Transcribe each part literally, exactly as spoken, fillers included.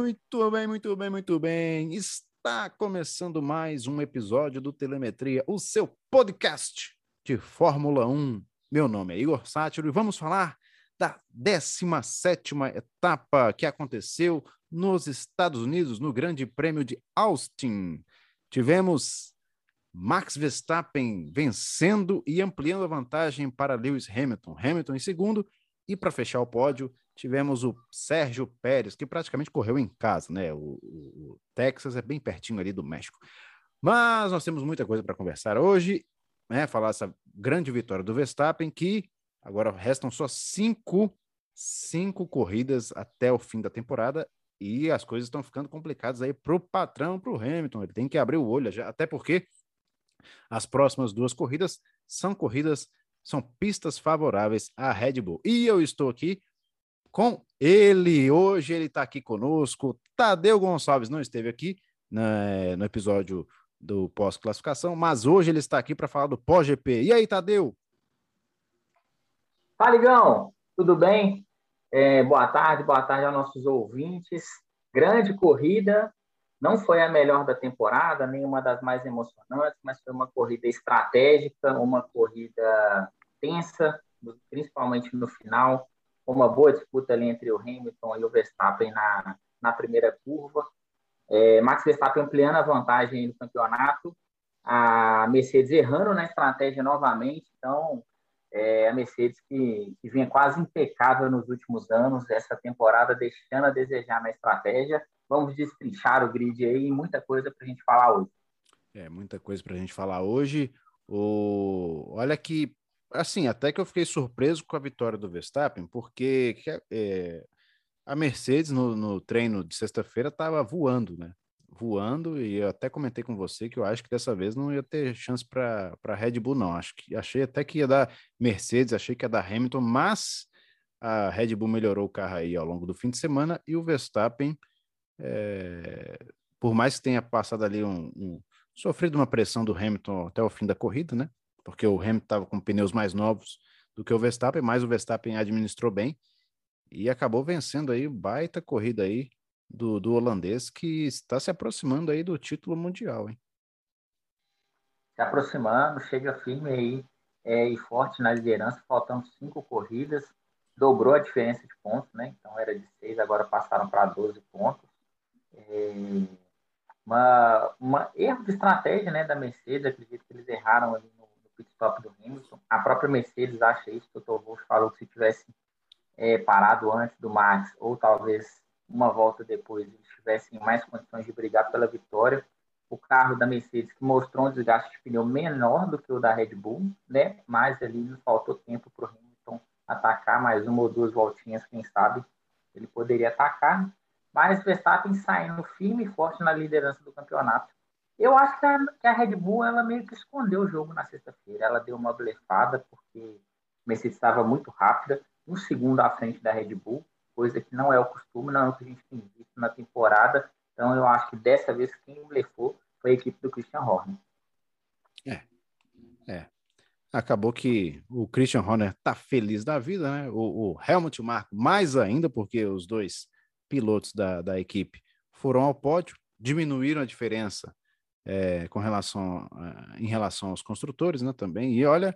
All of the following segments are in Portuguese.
Muito bem, muito bem, muito bem. Está começando mais um episódio do Telemetria, o seu podcast de Fórmula um. Meu nome é Igor Sátiro e vamos falar da décima sétima etapa que aconteceu nos Estados Unidos, no Grande Prêmio de Austin. Tivemos Max Verstappen vencendo e ampliando a vantagem para Lewis Hamilton. Hamilton em segundo e, para fechar o pódio, tivemos o Sérgio Pérez, que praticamente correu em casa, né? O, o, o Texas é bem pertinho ali do México. Mas nós temos muita coisa para conversar hoje, né? Falar essa grande vitória do Verstappen, que agora restam só cinco, cinco corridas até o fim da temporada e as coisas estão ficando complicadas aí para o patrão, para o Hamilton. Ele tem que abrir o olho, já, até porque as próximas duas corridas são corridas, são pistas favoráveis à Red Bull. E eu estou aqui com ele, hoje ele está aqui conosco. Tadeu Gonçalves não esteve aqui né, no episódio do pós-classificação, mas hoje ele está aqui para falar do pós-G P. E aí, Tadeu? Fala, Igão, tudo bem? É, boa tarde, boa tarde aos nossos ouvintes. Grande corrida, não foi a melhor da temporada, nem uma das mais emocionantes, mas foi uma corrida estratégica, uma corrida tensa, principalmente no final, uma boa disputa ali entre o Hamilton e o Verstappen na, na primeira curva. É, Max Verstappen ampliando a vantagem no campeonato, a Mercedes errando na estratégia novamente, então é, a Mercedes que, que vinha quase impecável nos últimos anos, essa temporada deixando a desejar na estratégia. Vamos destrinchar o grid aí, muita coisa para a gente falar hoje. É, muita coisa para a gente falar hoje. O... Olha que, assim, até que eu fiquei surpreso com a vitória do Verstappen, porque é, a Mercedes no, no treino de sexta-feira estava voando, né? Voando, e eu até comentei com você que eu acho que dessa vez não ia ter chance para a Red Bull, não. Acho que achei até que ia dar Mercedes, achei que ia dar Hamilton, mas a Red Bull melhorou o carro aí ao longo do fim de semana e o Verstappen, é, por mais que tenha passado ali um, um sofrido uma pressão do Hamilton até o fim da corrida, né? Porque o Hamilton estava com pneus mais novos do que o Verstappen, mas o Verstappen administrou bem e acabou vencendo aí baita corrida aí do, do holandês que está se aproximando aí do título mundial, hein? Se aproximando, chega firme aí é, e forte na liderança, faltando cinco corridas, dobrou a diferença de pontos, né? Então era de seis, agora passaram para doze pontos. É, uma, uma erro de estratégia, né, da Mercedes, acredito que eles erraram ali no, no pit stop do Hamilton. A própria Mercedes acha isso, que o Toto Wolff falou que se tivesse é, parado antes do Max, ou talvez uma volta depois, eles tivessem mais condições de brigar pela vitória. O carro da Mercedes, que mostrou um desgaste de pneu menor do que o da Red Bull, né? Mas ali não faltou tempo para o Hamilton atacar, mais uma ou duas voltinhas, quem sabe ele poderia atacar. Mas Verstappen saindo firme e forte na liderança do campeonato. Eu acho que a, que a Red Bull ela meio que escondeu o jogo na sexta-feira. Ela deu uma blefada, porque a Mercedes estava muito rápida, um segundo à frente da Red Bull, coisa que não é o costume, não é o que a gente tem visto na temporada. Então, eu acho que dessa vez quem blefou foi a equipe do Christian Horner. É, é. Acabou que o Christian Horner tá feliz da vida, né? O, o Helmut Marko mais ainda, porque os dois pilotos da, da equipe foram ao pódio, diminuíram a diferença é, com relação a, em relação aos construtores, né? Também. E olha,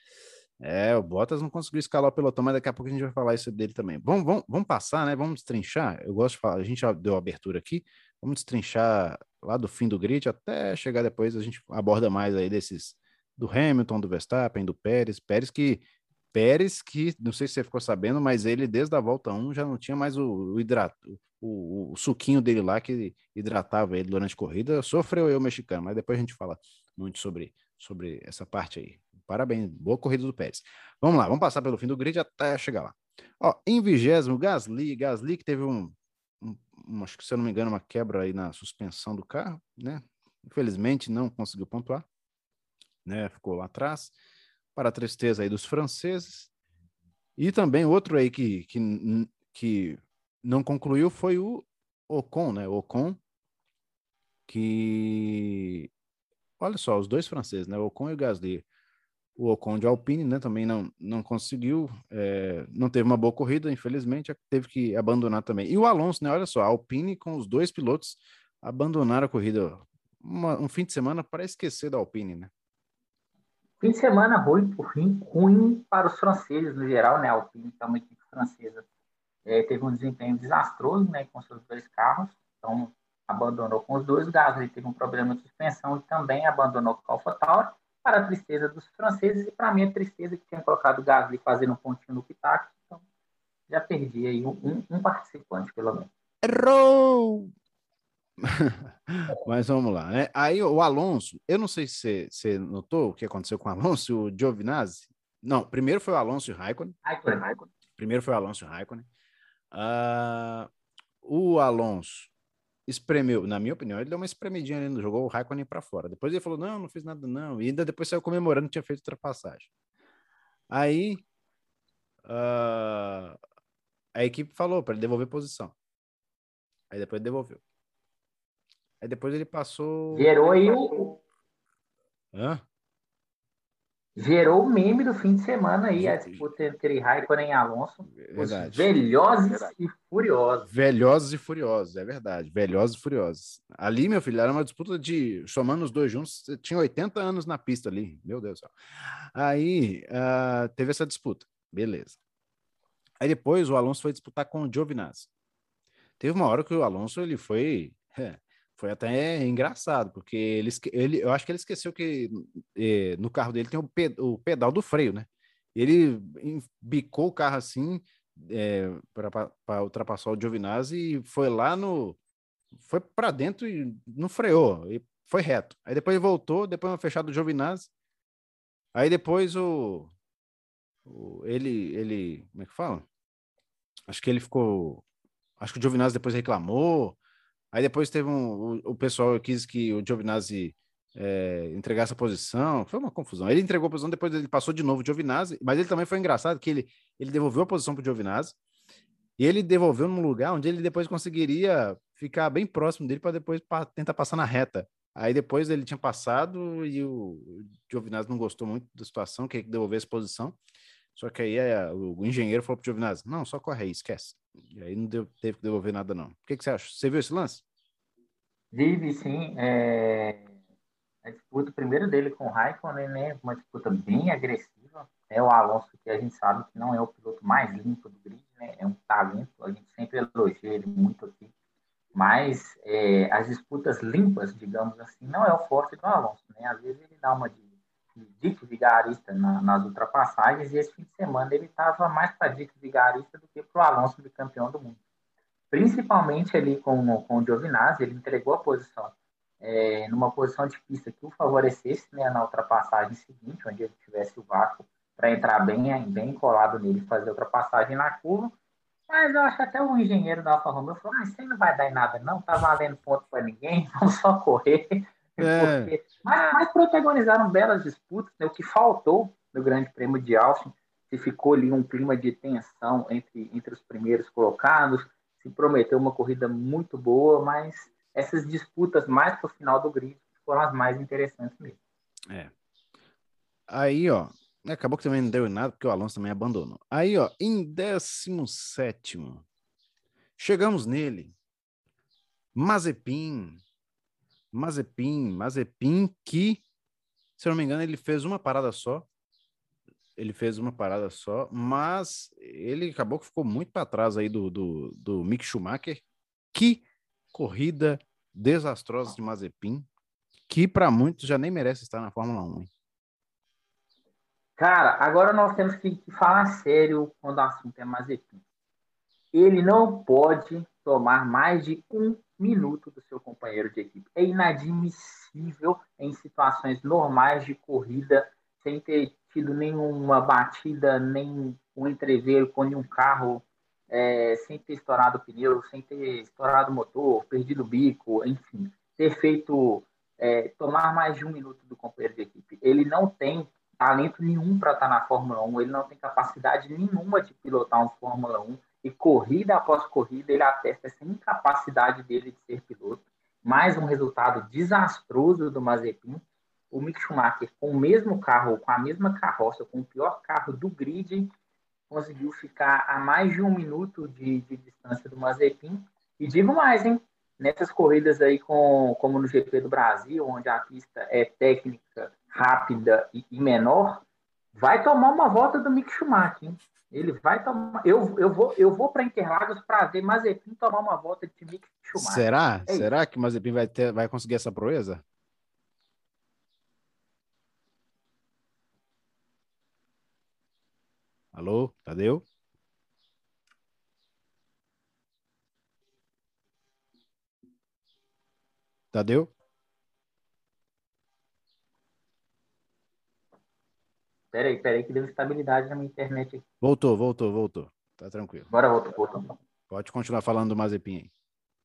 é, o Bottas não conseguiu escalar o pelotão, mas daqui a pouco a gente vai falar isso dele também. Vamos, vamos, vamos passar, né? Vamos destrinchar. Eu gosto de falar, a gente já deu a abertura aqui, vamos destrinchar lá do fim do grid até chegar depois, a gente aborda mais aí desses do Hamilton, do Verstappen, do Pérez. Pérez que, Pérez que, não sei se você ficou sabendo, mas ele desde a volta um já não tinha mais o, o hidrato, o, o, o suquinho dele lá que hidratava ele durante a corrida. Sofreu eu, mexicano, mas depois a gente fala muito sobre, sobre essa parte aí. Parabéns, boa corrida do Pérez. Vamos lá, vamos passar pelo fim do grid até chegar lá. Ó, em vigésimo, Gasly, Gasly que teve um, um, um, acho que se eu não me engano, uma quebra aí na suspensão do carro, né? Infelizmente não conseguiu pontuar, né? Ficou lá atrás, para a tristeza aí dos franceses. E também outro aí que, que, que não concluiu foi o Ocon, né? O Ocon, que olha só, os dois franceses, né? O Ocon e o Gasly. o Ocon de Alpine, né? Também não, não conseguiu, é, não teve uma boa corrida, infelizmente, teve que abandonar também. E o Alonso, né? Olha só, a Alpine com os dois pilotos abandonaram a corrida. Uma, um fim de semana para esquecer da Alpine, né? Fim de semana ruim, ruim, ruim para os franceses no geral, né? A Alpine, que é uma equipe francesa, é, teve um desempenho desastroso, né? Com seus dois carros, então abandonou com os dois. O Gasly teve um problema de suspensão e também abandonou com o AlphaTauri, para a tristeza dos franceses e para mim a tristeza que tinha colocado o Gasly fazendo um pontinho no pitaco. Então já perdi aí um, um participante pelo menos. Errou! Mas vamos lá, né? Aí o Alonso, eu não sei se você notou o que aconteceu com o Alonso, o Giovinazzi. Não, primeiro foi o Alonso e o Raikkonen. Raikkonen, Raikkonen. Primeiro foi o Alonso e o Raikkonen. Uh, o Alonso espremeu, na minha opinião, ele deu uma espremidinha ali, jogou o Raikkonen para fora. Depois ele falou, não, não fiz nada não. E ainda depois saiu comemorando que tinha feito ultrapassagem. Aí uh, a equipe falou para ele devolver posição. Aí depois ele devolveu. Aí depois ele passou... Gerou aí o... Hã? Gerou o meme do fim de semana aí, a disputa entre Raikkonen e Alonso. Verdade. Os velhozes verdade. e furiosos. Velhozes e furiosos, é verdade. Velhozes e furiosos. Ali, meu filho, era uma disputa de... Somando os dois juntos, tinha oitenta anos na pista ali. Meu Deus do céu. Aí, uh, teve essa disputa. Beleza. Aí depois o Alonso foi disputar com o Giovinazzi. Teve uma hora que o Alonso, ele foi... É, foi até engraçado, porque ele, ele, eu acho que ele esqueceu que eh, no carro dele tem o, pe, o pedal do freio, né? Ele bicou o carro assim é, para ultrapassar o Giovinazzi e foi lá no... Foi para dentro e não freou, e foi reto. Aí depois voltou, depois uma fechada do Giovinazzi. Aí depois o, o... Ele... ele como é que fala? Acho que ele ficou... Acho que o Giovinazzi depois reclamou. Aí depois teve um... O, o pessoal quis que o Giovinazzi é, entregasse a posição. Foi uma confusão. Ele entregou a posição, depois ele passou de novo o Giovinazzi. Mas ele também foi engraçado, que ele, ele devolveu a posição para o Giovinazzi. E ele devolveu num lugar onde ele depois conseguiria ficar bem próximo dele para depois pra tentar passar na reta. Aí depois ele tinha passado e o Giovinazzi não gostou muito da situação, queria que devolvesse a posição. Só que aí é, o engenheiro falou pro Giovinazzi, não, só corre aí, esquece. E aí não deu, teve que devolver nada, não. O que, que você acha? Você viu esse lance? Vive, sim. É... A disputa primeiro dele com o Raikkonen, né? Uma disputa bem agressiva. É o Alonso, que a gente sabe que não é o piloto mais limpo do grid, né? É um talento, a gente sempre elogia ele muito aqui. Mas é, as disputas limpas, digamos assim, não é o forte do Alonso, né? Às vezes ele dá uma de Dick Vigarista na, nas ultrapassagens, e esse fim de semana ele estava mais para Dick Vigarista do que para o Alonso bicampeão do mundo. Principalmente ali com, com o Giovinazzi, ele entregou a posição é, numa posição de pista que o favorecesse, né, na ultrapassagem seguinte, onde ele tivesse o vácuo para entrar bem, bem colado nele e fazer a ultrapassagem na curva. Mas eu acho que até o engenheiro da Alfa Romeo falou, mas isso aí não vai dar em nada não, tá valendo ponto para ninguém, vamos só correr. É. Porque... Mas, mas protagonizaram belas disputas, né? O que faltou no Grande Prêmio de Austin, se ficou ali um clima de tensão entre, entre os primeiros colocados, se prometeu uma corrida muito boa, mas essas disputas mais para o final do grid foram as mais interessantes mesmo. É. Aí, ó, acabou que também não deu em nada, porque o Alonso também abandonou. Aí, ó, em décimo sétimo, chegamos nele. Mazepin. Mazepin, Mazepin que, se eu não me engano, ele fez uma parada só. Ele fez uma parada só, mas ele acabou que ficou muito para trás aí do, do, do Mick Schumacher. Que corrida desastrosa de Mazepin, que para muitos já nem merece estar na Fórmula um. Hein? Cara, agora nós temos que, que falar sério quando o assunto é Mazepin. Ele não pode tomar mais de um minuto do seu companheiro de equipe. É inadmissível em situações normais de corrida, sem ter tido nenhuma batida, nem um entreveiro com nenhum carro, é, sem ter estourado o pneu, sem ter estourado o motor, perdido o bico, enfim, ter feito, é, tomar mais de um minuto do companheiro de equipe. Ele não tem talento nenhum para estar na Fórmula um, ele não tem capacidade nenhuma de pilotar um Fórmula um, e corrida após corrida ele atesta essa incapacidade dele de ser piloto. Mais um resultado desastroso do Mazepin. o Mick Schumacher, com o mesmo carro, com a mesma carroça, com o pior carro do grid, conseguiu ficar a mais de um minuto de, de distância do Mazepin. E digo mais, hein? Nessas corridas aí, com, como no G P do Brasil, onde a pista é técnica, rápida e, e menor, vai tomar uma volta do Mick Schumacher, hein? Ele vai tomar. Eu, eu vou, eu vou para Interlagos para ver Mazepin tomar uma volta de Mick Schumacher. Será? É Será isso. que o Mazepin vai, ter, vai conseguir essa proeza? Alô? Tadeu? Tadeu? Peraí, peraí, que deu estabilidade na minha internet aqui. Voltou, voltou, voltou. Tá tranquilo. Agora voltou, voltou. Pode continuar falando do Mazepin aí.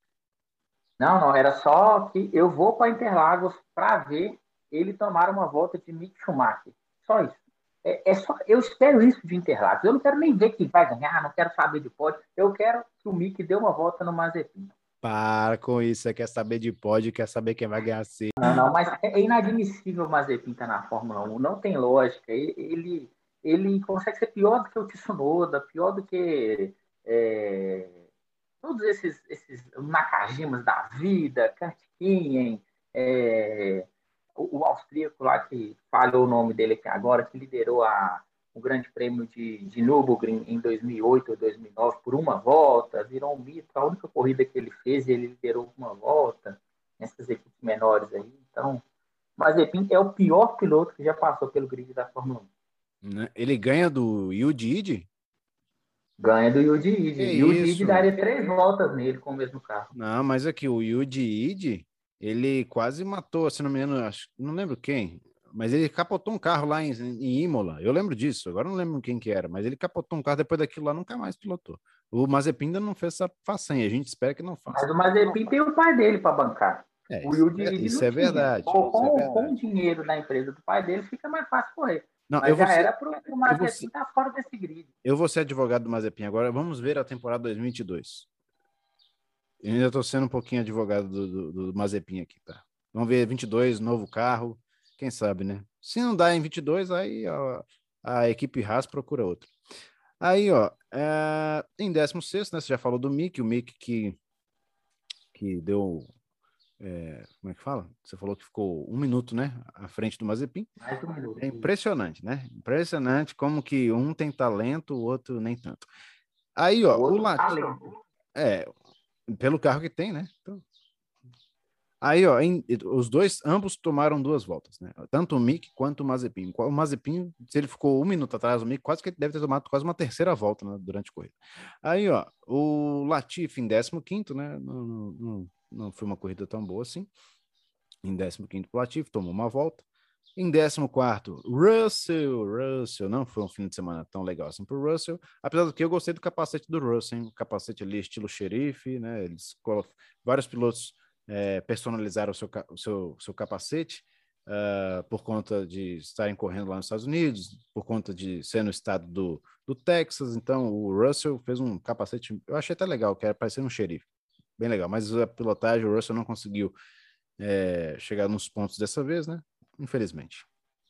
Não, não, era só que eu vou para Interlagos para ver ele tomar uma volta de Mick Schumacher. Só isso. É, é só, eu espero isso de Interlagos. Eu não quero nem ver que vai ganhar, não quero saber de pódio. Eu quero que o Mick dê uma volta no Mazepin. Para com isso, você quer saber de pódio, quer saber quem vai ganhar cedo. Não, não, mas é inadmissível o Mazepin estar na Fórmula um. Não tem lógica. Ele, ele consegue ser pior do que o Tsunoda, pior do que é, todos esses, esses Nakajimas da vida, Kartikeyen, é, o, o austríaco lá que falhou o nome dele aqui agora, que liderou a, o Grande Prêmio de, de Nürburgring em dois mil e oito ou dois mil e nove por uma volta, virou um mito. A única corrida que ele fez, ele liderou uma volta nessas equipes menores aí. Então, Mazepin é o pior piloto que já passou pelo grid da Fórmula um. Né? Ele ganha do Yuji Ide? Ganha do Yuji Que Ide. Yuji Ide isso? daria três voltas nele com o mesmo carro. Não, mas aqui, o Yuji Ide, ele quase matou, se não me engano, acho, não lembro quem, mas ele capotou um carro lá em, em Imola. Eu lembro disso, agora não lembro quem que era, mas ele capotou um carro, depois daquilo lá nunca mais pilotou. O Mazepin ainda não fez essa façanha, a gente espera que não faça. Mas o Mazepin tem o pai dele para bancar. É, O isso, Yuji é, Ide isso não é tinha. verdade. Com, Isso é com, com o verdade. dinheiro da empresa do pai dele, fica mais fácil correr. Não, eu Mas vou já ser, era para o eu vou Mazepin ser, estar tá fora desse grid. eu vou ser advogado do Mazepin agora. Vamos ver a temporada dois mil e vinte e dois. Eu ainda estou sendo um pouquinho advogado do, do, do Mazepin aqui, tá? Vamos ver vinte e dois, novo carro, quem sabe, né? Se não dá em vinte e dois, aí ó, a equipe Haas procura outro. Aí, ó, é, em décimo sexto, né? Você já falou do Mick, o Mick que, que deu. É, como é que fala? Você falou que ficou um minuto, né? À frente do Mazepin. Mais um É minuto. impressionante, né? Impressionante como que um tem talento, o outro nem tanto. Aí, O ó, o outro Lat... talento. É, pelo carro que tem, né? Então, aí, ó, em, os dois, ambos tomaram duas voltas, né? Tanto o Mick quanto o Mazepin. O Mazepin, se ele ficou um minuto atrás, o Mick quase que ele deve ter tomado quase uma terceira volta, né, durante a corrida. Aí, ó, o Latifi em décimo quinto, né? Não, não, não, não foi uma corrida tão boa assim. Em décimo quinto, o Latifi tomou uma volta. Em décimo quarto, Russell. Russell, não foi um fim de semana tão legal assim pro Russell, apesar do que eu gostei do capacete do Russell, hein? O capacete ali estilo xerife, né? Eles vários pilotos é, personalizaram o seu, o seu, seu capacete uh, por conta de estarem correndo lá nos Estados Unidos, por conta de ser no estado do, do Texas. Então, o Russell fez um capacete, eu achei até legal, que era parecendo um xerife. Bem legal, mas a pilotagem, o Russell não conseguiu é, chegar nos pontos dessa vez, né? Infelizmente.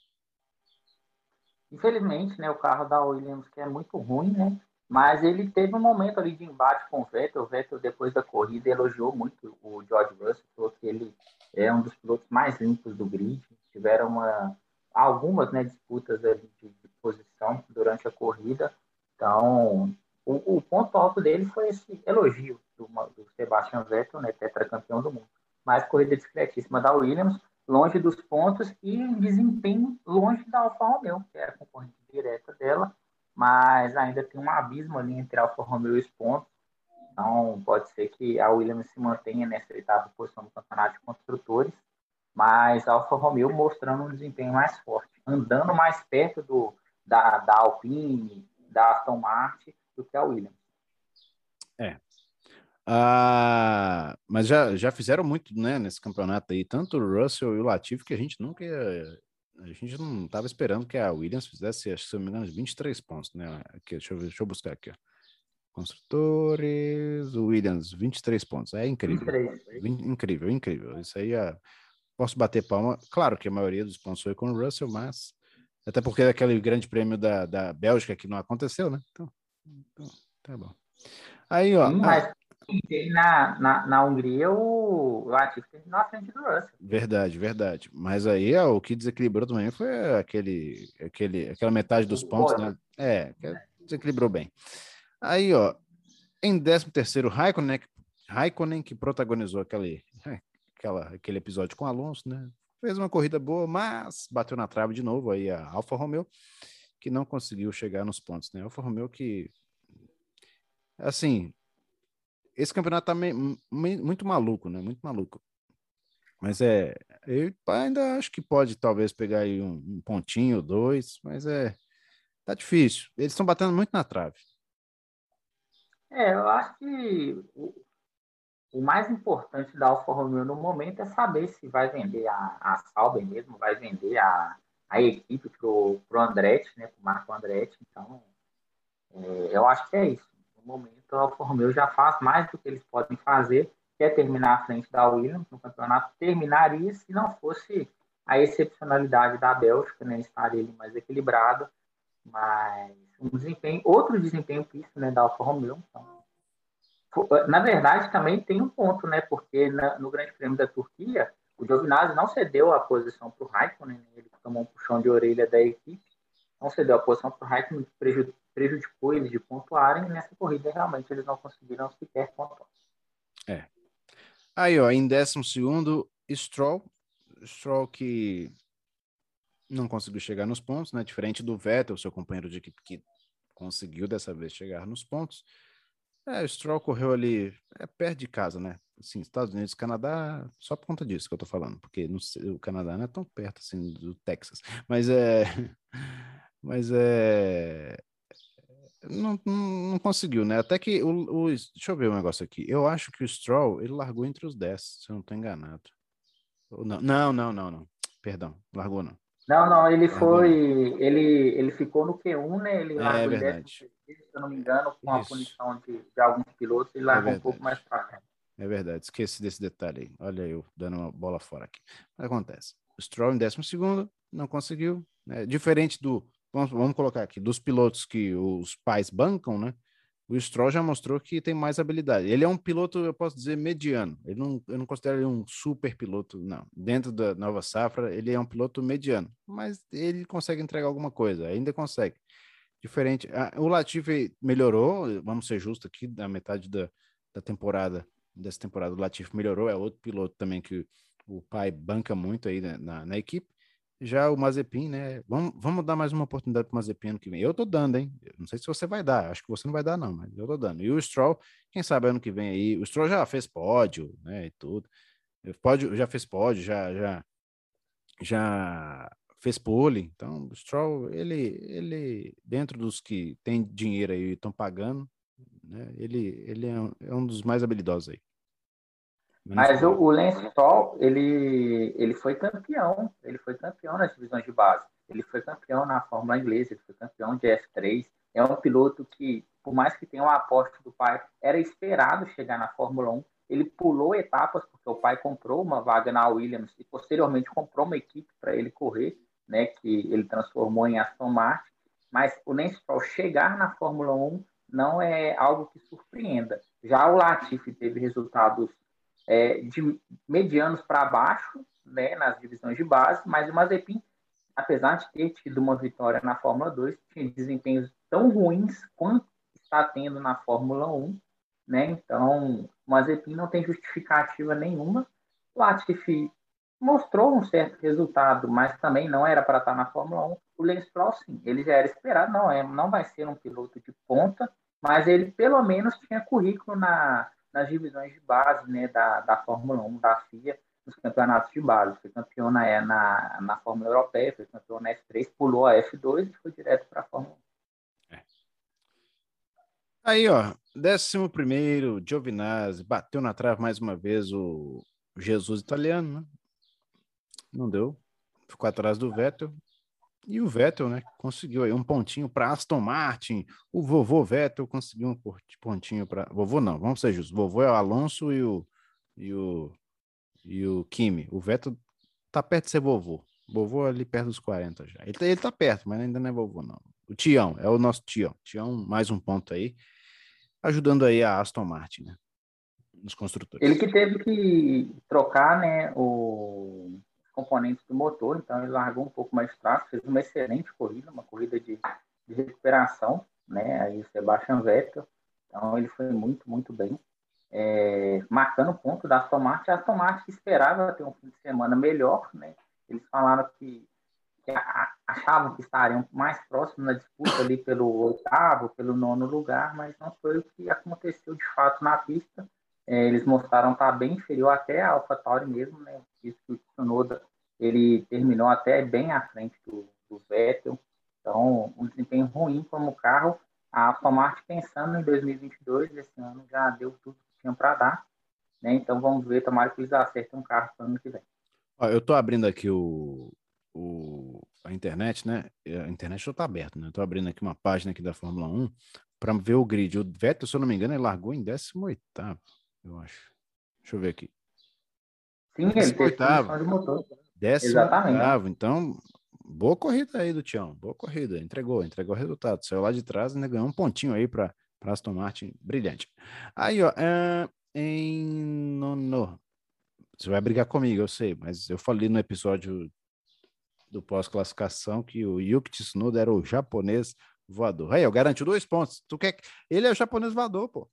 Infelizmente, né, o carro da Williams que é muito ruim, né? Mas ele teve um momento ali de embate com o Vettel. O Vettel, depois da corrida, elogiou muito o George Russell, falou que ele é um dos pilotos mais limpos do grid. Tiveram uma, algumas, né, disputas ali de, de posição durante a corrida. Então, o, o ponto alto dele foi esse elogio do, do Sebastian Vettel, né, tetracampeão do mundo. Mas corrida discretíssima da Williams, longe dos pontos e em desempenho longe da Alfa Romeo, que era a concorrente direta dela, mas ainda tem um abismo ali entre a Alfa Romeo e os pontos. Então, pode ser que a Williams se mantenha nessa oitava posição no campeonato de construtores, mas a Alfa Romeo mostrando um desempenho mais forte, andando mais perto do, da, da Alpine, da Aston Martin, do que a Williams. É. Ah, mas já, já fizeram muito, né, nesse campeonato aí, tanto o Russell e o Latifi, que a gente nunca ia, a gente não estava esperando que a Williams fizesse, acho que se não me engano, vinte e três pontos, né? Aqui, deixa eu ver, deixa eu buscar aqui, ó. Construtores, Williams, vinte e três pontos. É incrível. vinte e três. Incrível, incrível. Isso aí é posso bater palma. Claro que a maioria dos pontos foi com o Russell, mas até porque aquele grande prêmio da, da Bélgica que não aconteceu, né? Então, então tá bom. Aí, ó. Sim, Ah, mas na, na, na Hungria o Latifi terminou à frente do Russell. verdade, verdade. Mas aí ó, o que desequilibrou também foi aquele, aquele, aquela metade dos O pontos, pódio. né? É, que desequilibrou bem. Aí, ó, em décimo terceiro, Raikkonen, Raikkonen que protagonizou aquele, aquela, aquele episódio com o Alonso, né? Fez uma corrida boa, mas bateu na trave de novo aí a Alfa Romeo, que não conseguiu chegar nos pontos, né? Alfa Romeo que, assim, esse campeonato tá meio, meio, muito maluco, né? Muito maluco. Mas é, eu ainda acho que pode talvez pegar aí um, um pontinho, dois, mas é, tá difícil. Eles estão batendo muito na trave. É, eu acho que o, o mais importante da Alfa Romeo no momento é saber se vai vender a, a Sauber mesmo, vai vender a, a equipe pro, pro Andretti, né, pro Marco Andretti. Então, é, eu acho que é isso. No momento, a Alfa Romeo já faz mais do que eles podem fazer, que é terminar à frente da Williams no campeonato. Terminaria se não fosse a excepcionalidade da Bélgica, né, estaria ele mais equilibrado, mas um desempenho, outro desempenho pista, né, da Alfa Romeo. Então, na verdade, também tem um ponto, né? Porque na, no Grande Prêmio da Turquia, o Giovinazzi não cedeu a posição para o Raikkonen, né? Ele tomou um puxão de orelha da equipe, não cedeu a posição para o Raikkonen, que prejudicou eles de pontuarem, e nessa corrida realmente eles não conseguiram sequer pontuar. É. Aí, ó, em décimo segundo, Stroll, Stroll que não conseguiu chegar nos pontos, né? Diferente do Vettel, seu companheiro de equipe que conseguiu dessa vez chegar nos pontos. É, o Stroll correu ali, é perto de casa, né? Assim, Estados Unidos, Canadá, só por conta disso que eu tô falando, porque não sei, o Canadá não é tão perto assim do Texas, mas é, mas é, não, não, não conseguiu, né? Até que o, o, deixa eu ver um negócio aqui. Eu acho que o Stroll ele largou entre os dez, se eu não tô enganado. Ou não, não, não, não, não. Perdão, largou não. Não, não, ele Largou foi. não. Ele, ele ficou no Q um, né? Ele É largou em décimo verdade. terceiro, se eu não me engano, com a Isso. punição de, de alguns pilotos, ele É largou um pouco mais verdade. para frente. É verdade. Esqueci desse detalhe aí. Olha eu dando uma bola fora aqui. Mas acontece. O Stroll em décimo segundo não conseguiu. Né? Diferente do. Vamos, vamos colocar aqui, dos pilotos que os pais bancam, né? O Stroll já mostrou que tem mais habilidade. Ele é um piloto, eu posso dizer, mediano. Ele não, eu não considero ele um super piloto, não. Dentro da nova safra, ele é um piloto mediano. Mas ele consegue entregar alguma coisa, ainda consegue. Diferente. O Latifi melhorou, vamos ser justos aqui, da metade da, da temporada, dessa temporada, o Latifi melhorou, é outro piloto também que o pai banca muito aí na, na, na equipe. Já o Mazepin, né? Vamos, vamos dar mais uma oportunidade para o Mazepin ano que vem. Eu tô dando, hein? Eu não sei se você vai dar, acho que você não vai dar, não, mas eu tô dando. E o Stroll, quem sabe ano que vem aí, o Stroll já fez pódio, né? E tudo. Pódio, já fez pódio, já, já, já fez pole, então o Stroll, ele, ele, dentro dos que tem dinheiro aí e estão pagando, né, ele, ele é um, é um dos mais habilidosos aí. Menos Mas o, pior. o Lance Stroll, ele, ele foi campeão, ele foi campeão nas divisões de base, ele foi campeão na Fórmula Inglesa, ele foi campeão de F três, é um piloto que, por mais que tenha uma aposta do pai, era esperado chegar na Fórmula um, ele pulou etapas, porque o pai comprou uma vaga na Williams e posteriormente comprou uma equipe para ele correr, né, que ele transformou em Aston Martin, mas o Lance Stroll chegar na Fórmula um não é algo que surpreenda. Já o Latifi teve resultados é, de medianos para baixo, né, nas divisões de base, mas o Mazepin, apesar de ter tido uma vitória na Fórmula dois, tinha desempenhos tão ruins quanto está tendo na Fórmula um, né? Então, o Mazepin não tem justificativa nenhuma. O Latifi mostrou um certo resultado, mas também não era para estar na Fórmula um. O Lance Stroll, sim, ele já era esperado, não, é, não vai ser um piloto de ponta, mas ele pelo menos tinha currículo na, nas divisões de base, né, da, da Fórmula um, da F I A, nos campeonatos de base. Foi campeão na, na, na Fórmula Europeia, foi campeão na F três, pulou a F dois e foi direto para a Fórmula um. É. Aí, ó, décimo primeiro, Giovinazzi, bateu na trave mais uma vez o Jesus italiano, né? Não deu, ficou atrás do Vettel. E o Vettel, né, conseguiu aí um pontinho para Aston Martin. O vovô Vettel conseguiu um pontinho para. Vovô não, vamos ser justos. O vovô é o Alonso e o, e o, e o Kimi. O Vettel tá perto de ser vovô. Vovô ali perto dos quarenta já. Ele tá, ele tá perto, mas ainda não é vovô, não. O Tião, é o nosso Tião. Tião, mais um ponto aí, ajudando aí a Aston Martin, né? Nos construtores. Ele que teve que trocar, né, o, os componentes do motor, então ele largou um pouco mais de traço, fez uma excelente corrida, uma corrida de, de recuperação, né, aí o Sebastian Vettel, então ele foi muito, muito bem, é, marcando o ponto da Aston Martin. A Aston Martin esperava ter um fim de semana melhor, né, eles falaram que, que a, achavam que estariam mais próximos na disputa ali pelo oitavo, pelo nono lugar, mas não foi o que aconteceu de fato na pista. É, eles mostraram estar bem inferior até a AlphaTauri mesmo, né? Isso que o Tsunoda ele terminou até bem à frente do, do Vettel. Então, um desempenho ruim como carro. A Aston Martin pensando em dois mil e vinte e dois, esse ano já deu tudo que tinha para dar, né? Então, vamos ver, tomara que eles acertem um carro para o ano que vem. Ó, eu tô abrindo aqui o, o, a internet, né? A internet já tá aberta, né? Eu tô abrindo aqui uma página aqui da Fórmula um para ver o grid. O Vettel, se eu não me engano, ele largou em décimo oitavo, eu acho. Deixa eu ver aqui. Sim, ele décimo teve oitavo. punição de motor. décimo Exatamente. oitavo. Então, boa corrida aí do Tião. Boa corrida. Entregou, entregou o resultado. Saiu lá de trás e ainda ganhou um pontinho aí para Aston Martin. Brilhante. Aí, ó, é, em nono. Você vai brigar comigo, eu sei, mas eu falei no episódio do pós-classificação que o Yuki Tsunoda era o japonês voador. Aí, eu garanti dois pontos. Tu quer... Ele é o japonês voador, pô.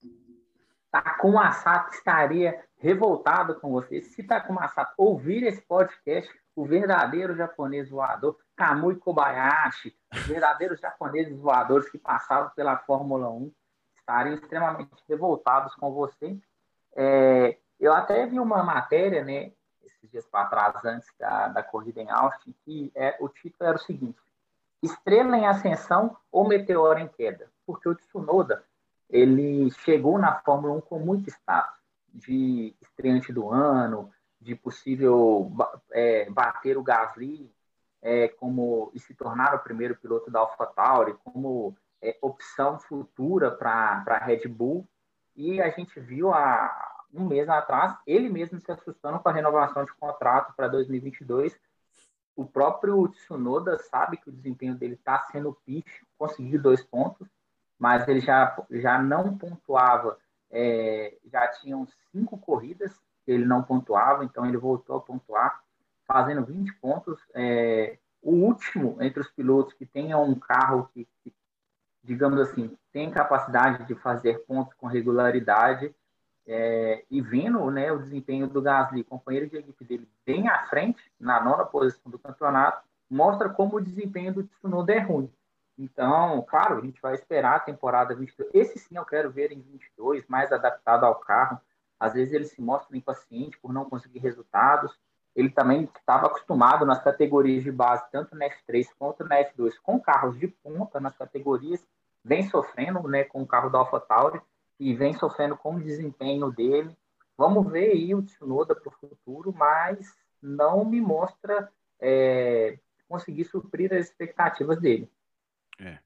Takuma Sato estaria revoltado com você. Se Takuma Sato ouvir esse podcast, o verdadeiro japonês voador, Kamui Kobayashi, os verdadeiros japoneses voadores que passaram pela Fórmula um, estariam extremamente revoltados com você. É, eu até vi uma matéria, né, esses dias para trás, antes da, da corrida em Austin, que é, o título era o seguinte: Estrela em ascensão ou meteoro em queda? Porque o Tsunoda ele chegou na Fórmula um com muito status de estreante do ano, de possível é, bater o Gasly é, como, e se tornar o primeiro piloto da AlphaTauri, como é, opção futura para a Red Bull. E a gente viu há um mês atrás ele mesmo se assustando com a renovação de contrato para dois mil e vinte e dois. O próprio Tsunoda sabe que o desempenho dele está sendo pífio, conseguiu dois pontos, mas ele já, já não pontuava, é, já tinham cinco corridas que ele não pontuava, então ele voltou a pontuar, fazendo vinte pontos. É, o último entre os pilotos que tenha um carro que, que, digamos assim, tem capacidade de fazer pontos com regularidade, é, e vendo, né, o desempenho do Gasly, companheiro de equipe dele, bem à frente, na nona posição do campeonato, mostra como o desempenho do Tsunoda é ruim. Então, claro, a gente vai esperar a temporada vinte e dois. Esse sim eu quero ver em vinte e dois, mais adaptado ao carro. Às vezes ele se mostra impaciente por não conseguir resultados. Ele também estava acostumado nas categorias de base, tanto na F três quanto na F dois, com carros de ponta nas categorias, vem sofrendo, né, com o carro da AlphaTauri e vem sofrendo com o desempenho dele. Vamos ver aí o Tsunoda para o futuro, mas não me mostra é, conseguir suprir as expectativas dele. É.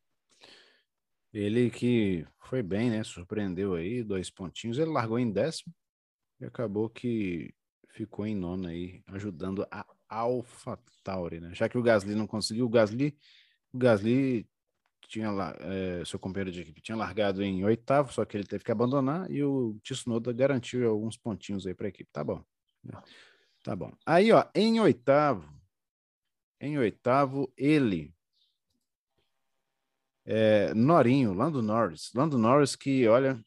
Ele que foi bem, né? Surpreendeu aí, dois pontinhos. Ele largou em décimo e acabou que ficou em nono aí, ajudando a AlphaTauri, né? Já que o Gasly não conseguiu, o Gasly, o Gasly tinha lá, é, seu companheiro de equipe tinha largado em oitavo, só que ele teve que abandonar e o Tsunoda garantiu alguns pontinhos aí para a equipe. Tá bom, né? Tá bom. Aí, ó, em oitavo, em oitavo, ele, é, Norinho, Lando Norris. Lando Norris que, olha,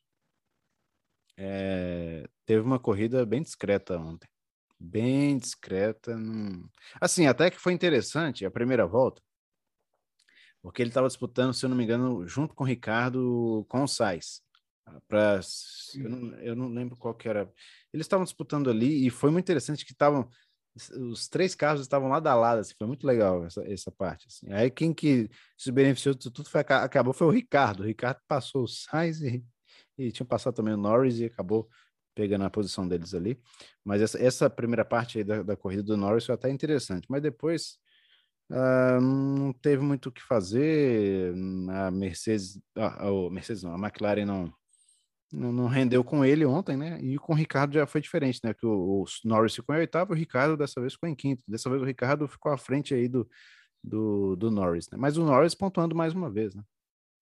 é, teve uma corrida bem discreta ontem. Bem discreta. Não... Assim, até que foi interessante a primeira volta, porque ele estava disputando, se eu não me engano, junto com o Ricardo, com o Sainz. Pra, eu, não, eu não lembro qual que era. Eles estavam disputando ali e foi muito interessante que estavam. Os três carros estavam lado a lado, assim, foi muito legal essa, essa parte. Assim. Aí quem que se beneficiou de tudo foi, acabou foi o Ricardo. O Ricardo passou o Sainz e, e tinha passado também o Norris e acabou pegando a posição deles ali. Mas essa, essa primeira parte aí da, da corrida do Norris foi até interessante. Mas depois uh, não teve muito o que fazer. A Mercedes, ah, a Mercedes não, a McLaren não não, não rendeu com ele ontem, né? E com o Ricardo já foi diferente, né? Que o, o Norris ficou em oitavo, o Ricardo dessa vez ficou em quinto. Dessa vez o Ricardo ficou à frente aí do, do, do Norris, né? Mas o Norris pontuando mais uma vez, né?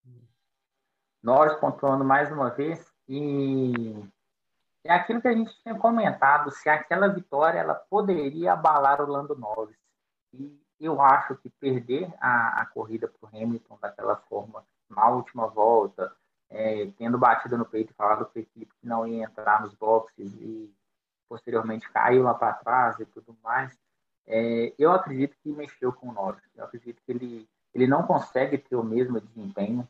Norris pontuando mais uma vez e é aquilo que a gente tinha comentado, se aquela vitória ela poderia abalar o Lando Norris. E eu acho que perder a, a corrida para o Hamilton daquela forma, na última volta, é, tendo batido no peito e falado para a equipe que não ia entrar nos boxes e posteriormente caiu lá para trás e tudo mais, é, eu acredito que mexeu com o Norris. Eu acredito que ele, ele não consegue ter o mesmo desempenho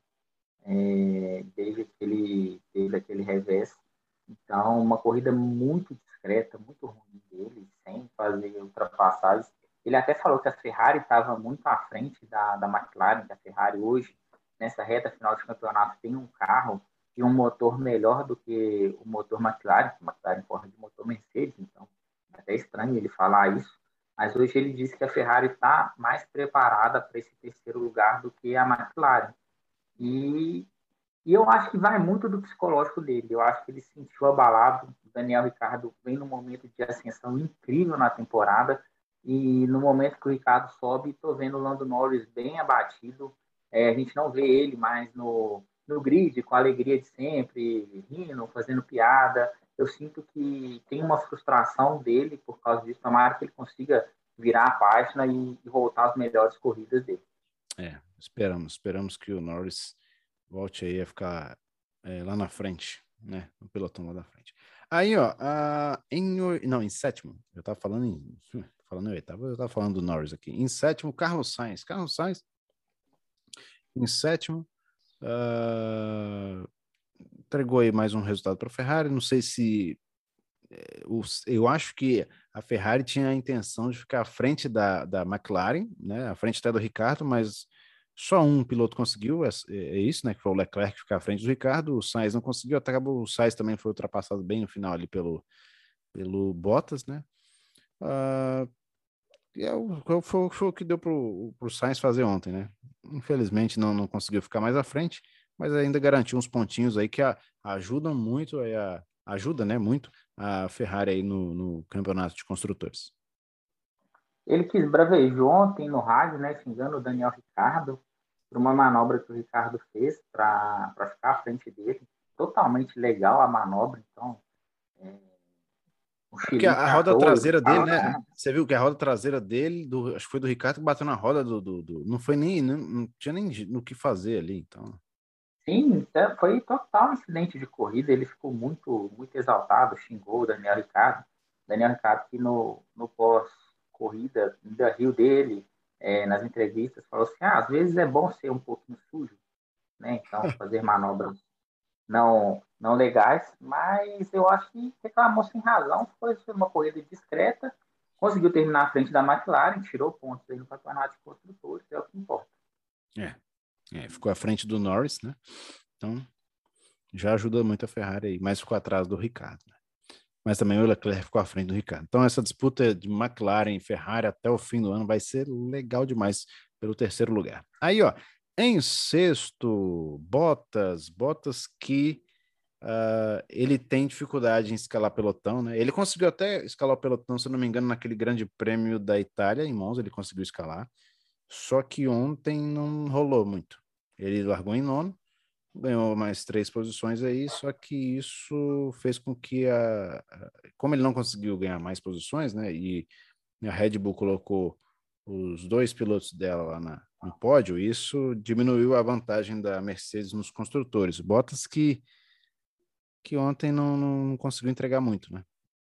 é, desde que ele teve aquele revés. Então, uma corrida muito discreta, muito ruim dele, sem fazer ultrapassagens. Ele até falou que a Ferrari estava muito à frente da, da McLaren, que a Ferrari hoje, nessa reta final de campeonato, tem um carro e um motor melhor do que o motor McLaren, que a McLaren corre de motor Mercedes, então é até estranho ele falar isso. Mas hoje ele disse que a Ferrari está mais preparada para esse terceiro lugar do que a McLaren. E, e eu acho que vai muito do psicológico dele. Eu acho que ele se sentiu abalado. O Daniel Ricciardo vem num momento de ascensão incrível na temporada. E no momento que o Ricardo sobe, estou vendo o Lando Norris bem abatido. É, a gente não vê ele mais no, no grid, com a alegria de sempre, rindo, fazendo piada. Eu sinto que tem uma frustração dele por causa disso. Tomara que ele consiga virar a página e, e voltar às melhores corridas dele. É, esperamos, esperamos que o Norris volte aí a ficar é, lá na frente, né? No pelotão lá da frente. Aí, ó, a, em, não, em sétimo, eu tava falando em, falando em oitavo, eu tava falando do Norris aqui. Em sétimo, Carlos Sainz. Carlos Sainz, em sétimo, uh, entregou aí mais um resultado para a Ferrari. Não sei se é, os, eu acho que a Ferrari tinha a intenção de ficar à frente da, da McLaren, né? À frente até do Ricardo, mas só um piloto conseguiu, é, é isso, né? Que foi o Leclerc ficar à frente do Ricardo, o Sainz não conseguiu, até acabou, o Sainz também foi ultrapassado bem no final ali pelo, pelo Bottas, né? Uh, e é o, foi, foi o que deu para o Sainz fazer ontem, né? Infelizmente não, não conseguiu ficar mais à frente, mas ainda garantiu uns pontinhos aí que a, ajudam muito, aí a, ajuda, né, muito a Ferrari aí no, no campeonato de construtores. Ele quis bravejou ontem no rádio, né, xingando o Daniel Ricciardo por uma manobra que o Ricardo fez para ficar à frente dele. Totalmente legal a manobra, então é, o É porque Felipe a, a roda catou, ele traseira dele, fala, né? Você viu que a roda traseira dele, do, acho que foi do Ricardo que bateu na roda do. do, do não foi nem. Não, não tinha nem no que fazer ali, então. sim, foi total incidente de corrida, ele ficou muito, muito exaltado, xingou o Daniel Ricciardo. Daniel Ricciardo que no, no pós-corrida ainda riu dele, é, nas entrevistas, falou assim, ah, às vezes é bom ser um pouquinho sujo, né? Então, fazer manobras não, não legais, mas eu acho que reclamou sem razão, foi uma corrida discreta, conseguiu terminar à frente da McLaren, tirou pontos aí no campeonato de construtores, é o que importa. É, é, ficou à frente do Norris, né? Então, já ajuda muito a Ferrari aí, mas ficou atrás do Ricardo, né? Mas também o Leclerc ficou à frente do Ricardo. Então, essa disputa de McLaren e Ferrari até o fim do ano vai ser legal demais pelo terceiro lugar. Aí, ó, em sexto, Bottas, Bottas que uh, ele tem dificuldade em escalar pelotão, né? Ele conseguiu até escalar o pelotão, se eu não me engano, naquele grande prêmio da Itália, em Monza, ele conseguiu escalar. Só que ontem não rolou muito. Ele largou em nono, ganhou mais três posições aí, só que isso fez com que a, a como ele não conseguiu ganhar mais posições, né? E a Red Bull colocou os dois pilotos dela lá na, no pódio, isso diminuiu a vantagem da Mercedes nos construtores. Bottas que que ontem não, não conseguiu entregar muito, né?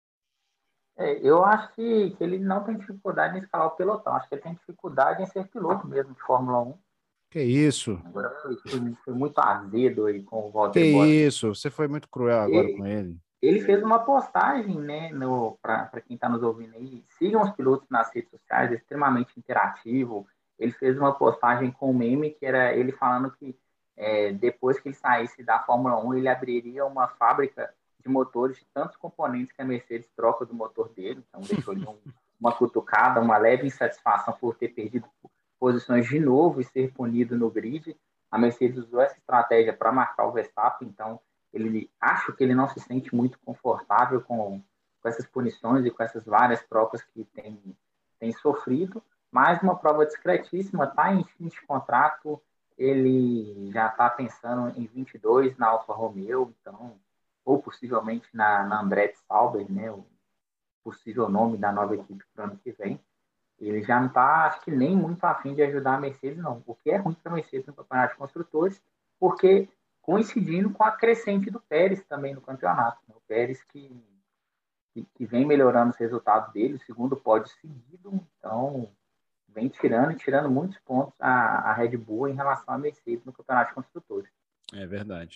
É, eu acho que, que ele não tem dificuldade em escalar o pelotão, acho que ele tem dificuldade em ser piloto mesmo de Fórmula um. Que isso? Agora foi, foi, foi muito azedo aí com o Que Valtteri Bottas. isso? Você foi muito cruel agora com Ele, ele. ele fez uma postagem, né, para quem está nos ouvindo aí, sigam os pilotos nas redes sociais, é extremamente interativo. Ele fez uma postagem com um meme que era ele falando que é, depois que ele saísse da Fórmula um, ele abriria uma fábrica de motores de tantos componentes que a Mercedes troca do motor dele. Então, deixou ele um, uma cutucada, uma leve insatisfação por ter perdido posições de novo e ser punido no grid. A Mercedes usou essa estratégia para marcar o Verstappen, então ele acho que ele não se sente muito confortável com, com essas punições e com essas várias provas que tem, tem sofrido, mas uma prova discretíssima, está em fim de contrato, ele já está pensando em vinte e dois na Alfa Romeo, então, ou possivelmente na, na Andretti Sauber, né, o possível nome da nova equipe para o ano que vem. Ele já não está, acho que nem muito afim de ajudar a Mercedes, não. O que é ruim para a Mercedes no campeonato de construtores, porque coincidindo com a crescente do Pérez também no campeonato. Né? O Pérez que, que, que vem melhorando os resultados dele, o segundo pódio seguido, então vem tirando e tirando muitos pontos a, a Red Bull em relação à Mercedes no campeonato de construtores. É verdade.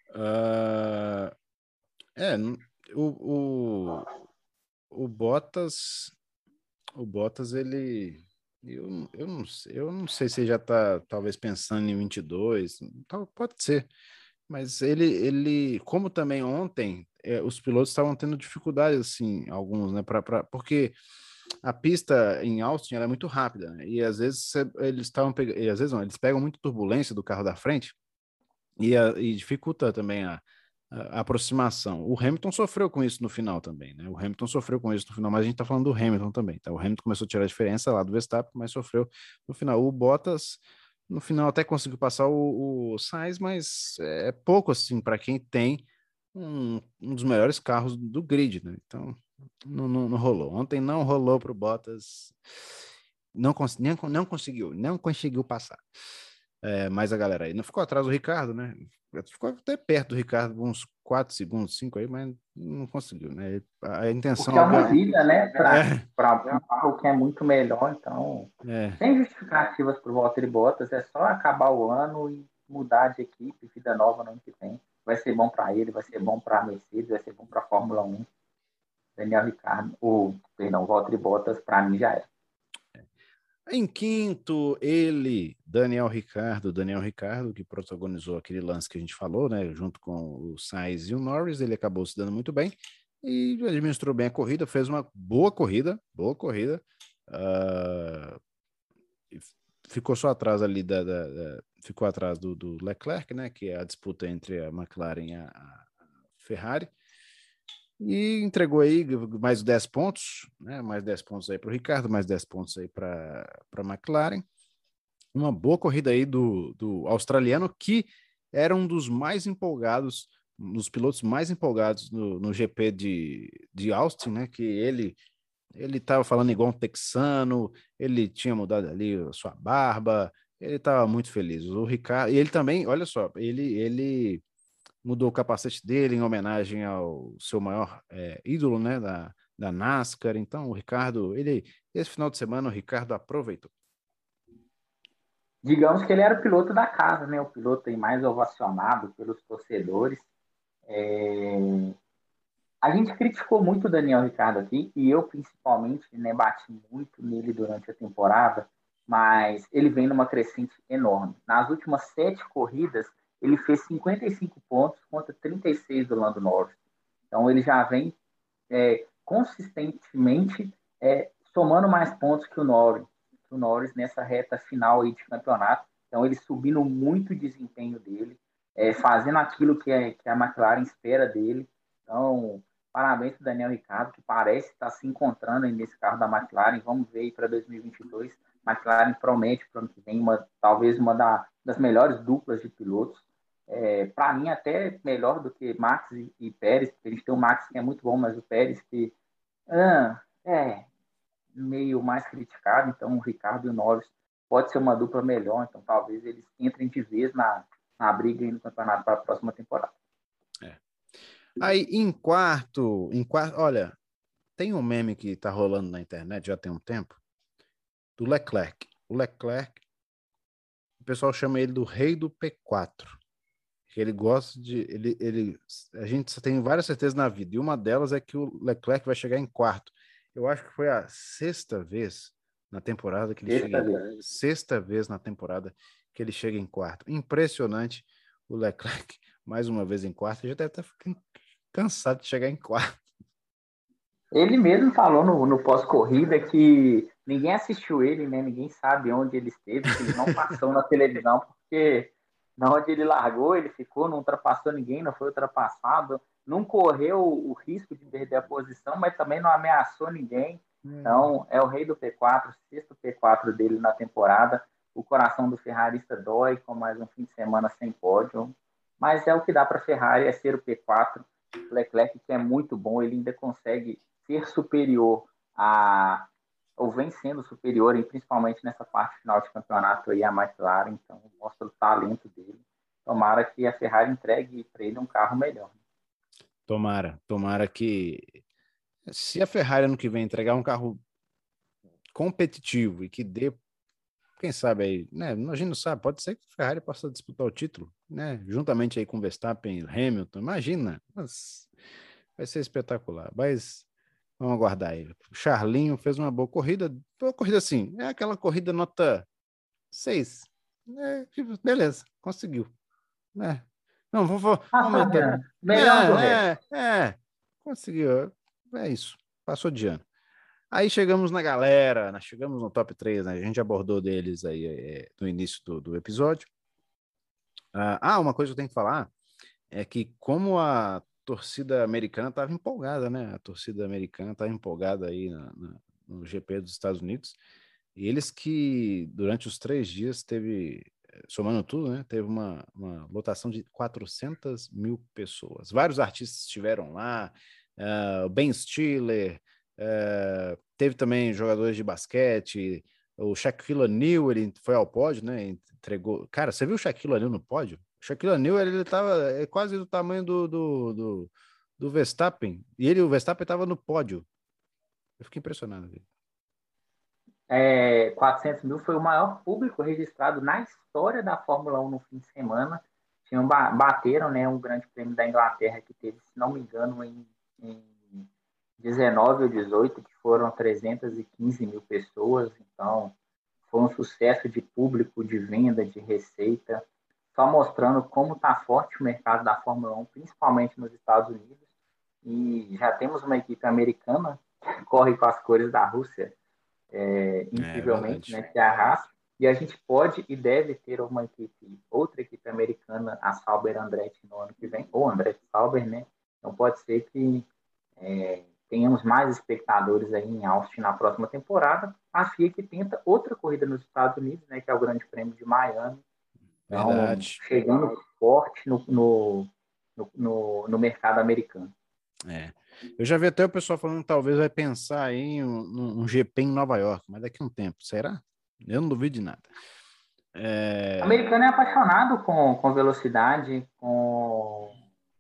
Uh, é, o, o, o Bottas, o Bottas, ele, eu, eu, não, eu não sei se ele já está talvez pensando em vinte e dois, pode ser, mas ele, ele como também ontem, é, os pilotos estavam tendo dificuldade, assim, alguns, né, pra, pra, porque a pista em Austin ela é muito rápida, né, e às vezes eles estavam pegando, e às vezes não, eles pegam muito turbulência do carro da frente, e, a, e dificulta também a, a, a aproximação. O Hamilton sofreu com isso no final também, né? O Hamilton sofreu com isso no final, mas a gente tá falando do Hamilton também, tá? O Hamilton começou a tirar a diferença lá do Verstappen, mas sofreu no final. O Bottas, no final, até conseguiu passar o, o Sainz, mas é pouco, assim, para quem tem um, um dos melhores carros do grid, né? Então, não, não, não rolou. Ontem não rolou pro Bottas, não, cons nem, não conseguiu, não conseguiu passar. É, mas a galera aí não ficou atrás do Ricardo, né? Ficou até perto do Ricardo, uns quatro segundos, cinco aí, mas não conseguiu, né? A intenção... Porque é uma vida, né? É, Para um carro que é muito melhor, então, é, sem justificativas para o Valtteri Bottas, é só acabar o ano e mudar de equipe, vida nova no ano que vem. Vai ser bom para ele, vai ser bom para a Mercedes, vai ser bom para a Fórmula um. Daniel Ricciardo, o, perdão, o Valtteri Bottas, para mim já era. Em quinto, ele, Daniel Ricciardo, Daniel Ricciardo, que protagonizou aquele lance que a gente falou, né, junto com o Sainz e o Norris, ele acabou se dando muito bem e administrou bem a corrida, fez uma boa corrida, boa corrida, uh, ficou só atrás ali da, da, da ficou atrás do, do Leclerc, né, que é a disputa entre a McLaren e a, a Ferrari, e entregou aí mais dez pontos, né? Mais dez pontos aí para o Ricardo, mais dez pontos aí para a McLaren. Uma boa corrida aí do, do australiano, que era um dos mais empolgados, um dos pilotos mais empolgados no, no G P de, de Austin, né? Que ele ele estava falando igual um texano, ele tinha mudado ali a sua barba, ele estava muito feliz. O Ricardo, e ele também, olha só, ele ele mudou o capacete dele em homenagem ao seu maior é, ídolo, né, da, da NASCAR. Então, o Ricardo, ele, esse final de semana, o Ricardo aproveitou. Digamos que ele era o piloto da casa, né? O piloto aí mais ovacionado pelos torcedores. É... A gente criticou muito o Daniel Ricciardo aqui, e eu principalmente, né, bati muito nele durante a temporada, mas ele vem numa crescente enorme. Nas últimas sete corridas, ele fez cinquenta e cinco pontos contra trinta e seis do Lando Norris. Então ele já vem é, consistentemente é, somando mais pontos que o Norris, que o Norris nessa reta final aí de campeonato. Então ele subindo muito o desempenho dele, é, fazendo aquilo que, é, que a McLaren espera dele. Então, parabéns para o Daniel Ricciardo, que parece estar se encontrando aí nesse carro da McLaren. Vamos ver aí para dois mil e vinte e dois. McLaren promete para o ano que vem uma, talvez uma da, das melhores duplas de pilotos. É, para mim, até melhor do que Max e, e Pérez, porque a gente tem o Max que é muito bom, mas o Pérez que ah, é meio mais criticado. Então, o Ricardo e o Norris pode ser uma dupla melhor. Então, talvez eles entrem de vez na, na briga aí no campeonato para a próxima temporada. É. Aí, em quarto, em quarto, olha, tem um meme que tá rolando na internet já tem um tempo, do Leclerc. O Leclerc, o pessoal chama ele do rei do P quatro. Que ele gosta de. Ele, ele, a gente tem várias certezas na vida, e uma delas é que o Leclerc vai chegar em quarto. Eu acho que foi a sexta vez na temporada que ele Sexta chega. vez. Sexta vez na temporada que ele chega em quarto. Impressionante o Leclerc, mais uma vez em quarto. Já deve estar ficando cansado de chegar em quarto. Ele mesmo falou no, no pós-corrida que ninguém assistiu ele, né? Ninguém sabe onde ele esteve, que ele não passou na televisão, porque na onde ele largou, ele ficou, não ultrapassou ninguém, não foi ultrapassado, não correu o risco de perder a posição, mas também não ameaçou ninguém. Então, é o rei do P quatro, sexto P quatro dele na temporada. O coração do ferrarista dói com mais um fim de semana sem pódio, mas é o que dá para a Ferrari, é ser o P quatro. Leclerc, que é muito bom, ele ainda consegue ser superior a ou vem sendo superior, e principalmente nessa parte final de campeonato aí, a McLaren, então mostra o talento dele. Tomara que a Ferrari entregue para ele um carro melhor. Tomara, tomara que se a Ferrari ano que vem entregar um carro competitivo e que dê, quem sabe aí, né? A gente não sabe, pode ser que a Ferrari possa disputar o título, né? Juntamente aí com Verstappen, Hamilton, imagina, mas vai ser espetacular. Mas vamos aguardar aí. O Charlinho fez uma boa corrida, boa corrida assim, é aquela corrida nota seis, né? Tipo, beleza, conseguiu, né? Não, vamos, vamos aumentar. Melhor que o resto. É, é, é, conseguiu, é isso, passou de ano. Aí chegamos na galera, nós chegamos no top três, né? A gente abordou deles aí é, no início do, do episódio. Ah, ah, uma coisa que eu tenho que falar é que como a torcida americana estava empolgada, né? A torcida americana estava empolgada aí na, na, no G P dos Estados Unidos. E eles que, durante os três dias, teve, somando tudo, né? Teve uma, uma lotação de quatrocentas mil pessoas. Vários artistas estiveram lá, uh, o Ben Stiller, uh, teve também jogadores de basquete, o Shaquille O'Neal, ele foi ao pódio, né? Entregou. Cara, você viu o Shaquille O'Neal no pódio? O Shaquille O'Neal, ele estava é quase do tamanho do, do, do, do Verstappen. E ele, o Verstappen, estava no pódio. Eu fiquei impressionado. É, quatrocentos mil foi o maior público registrado na história da Fórmula um no fim de semana. Tinham, bateram, né, um grande prêmio da Inglaterra que teve, se não me engano, em, em dezenove ou dezoito, que foram trezentas e quinze mil pessoas. Então, foi um sucesso de público, de venda, de receita, só mostrando como está forte o mercado da Fórmula um, principalmente nos Estados Unidos. E já temos uma equipe americana que corre com as cores da Rússia, é, É incrivelmente, verdade. né, que é a Haas. E a gente pode e deve ter uma equipe, outra equipe americana, a Sauber Andretti, no ano que vem, ou Andretti Sauber, né? Então pode ser que é, tenhamos mais espectadores aí em Austin na próxima temporada. A F I A que tenta outra corrida nos Estados Unidos, né, que é o Grande Prêmio de Miami. Então, Verdade. chegando forte no, no, no, no mercado americano. É. Eu já vi até o pessoal falando que talvez vai pensar em um, um G P em Nova York, mas daqui a um tempo. Será? Eu não duvido de nada. É... O americano é apaixonado com, com velocidade, com,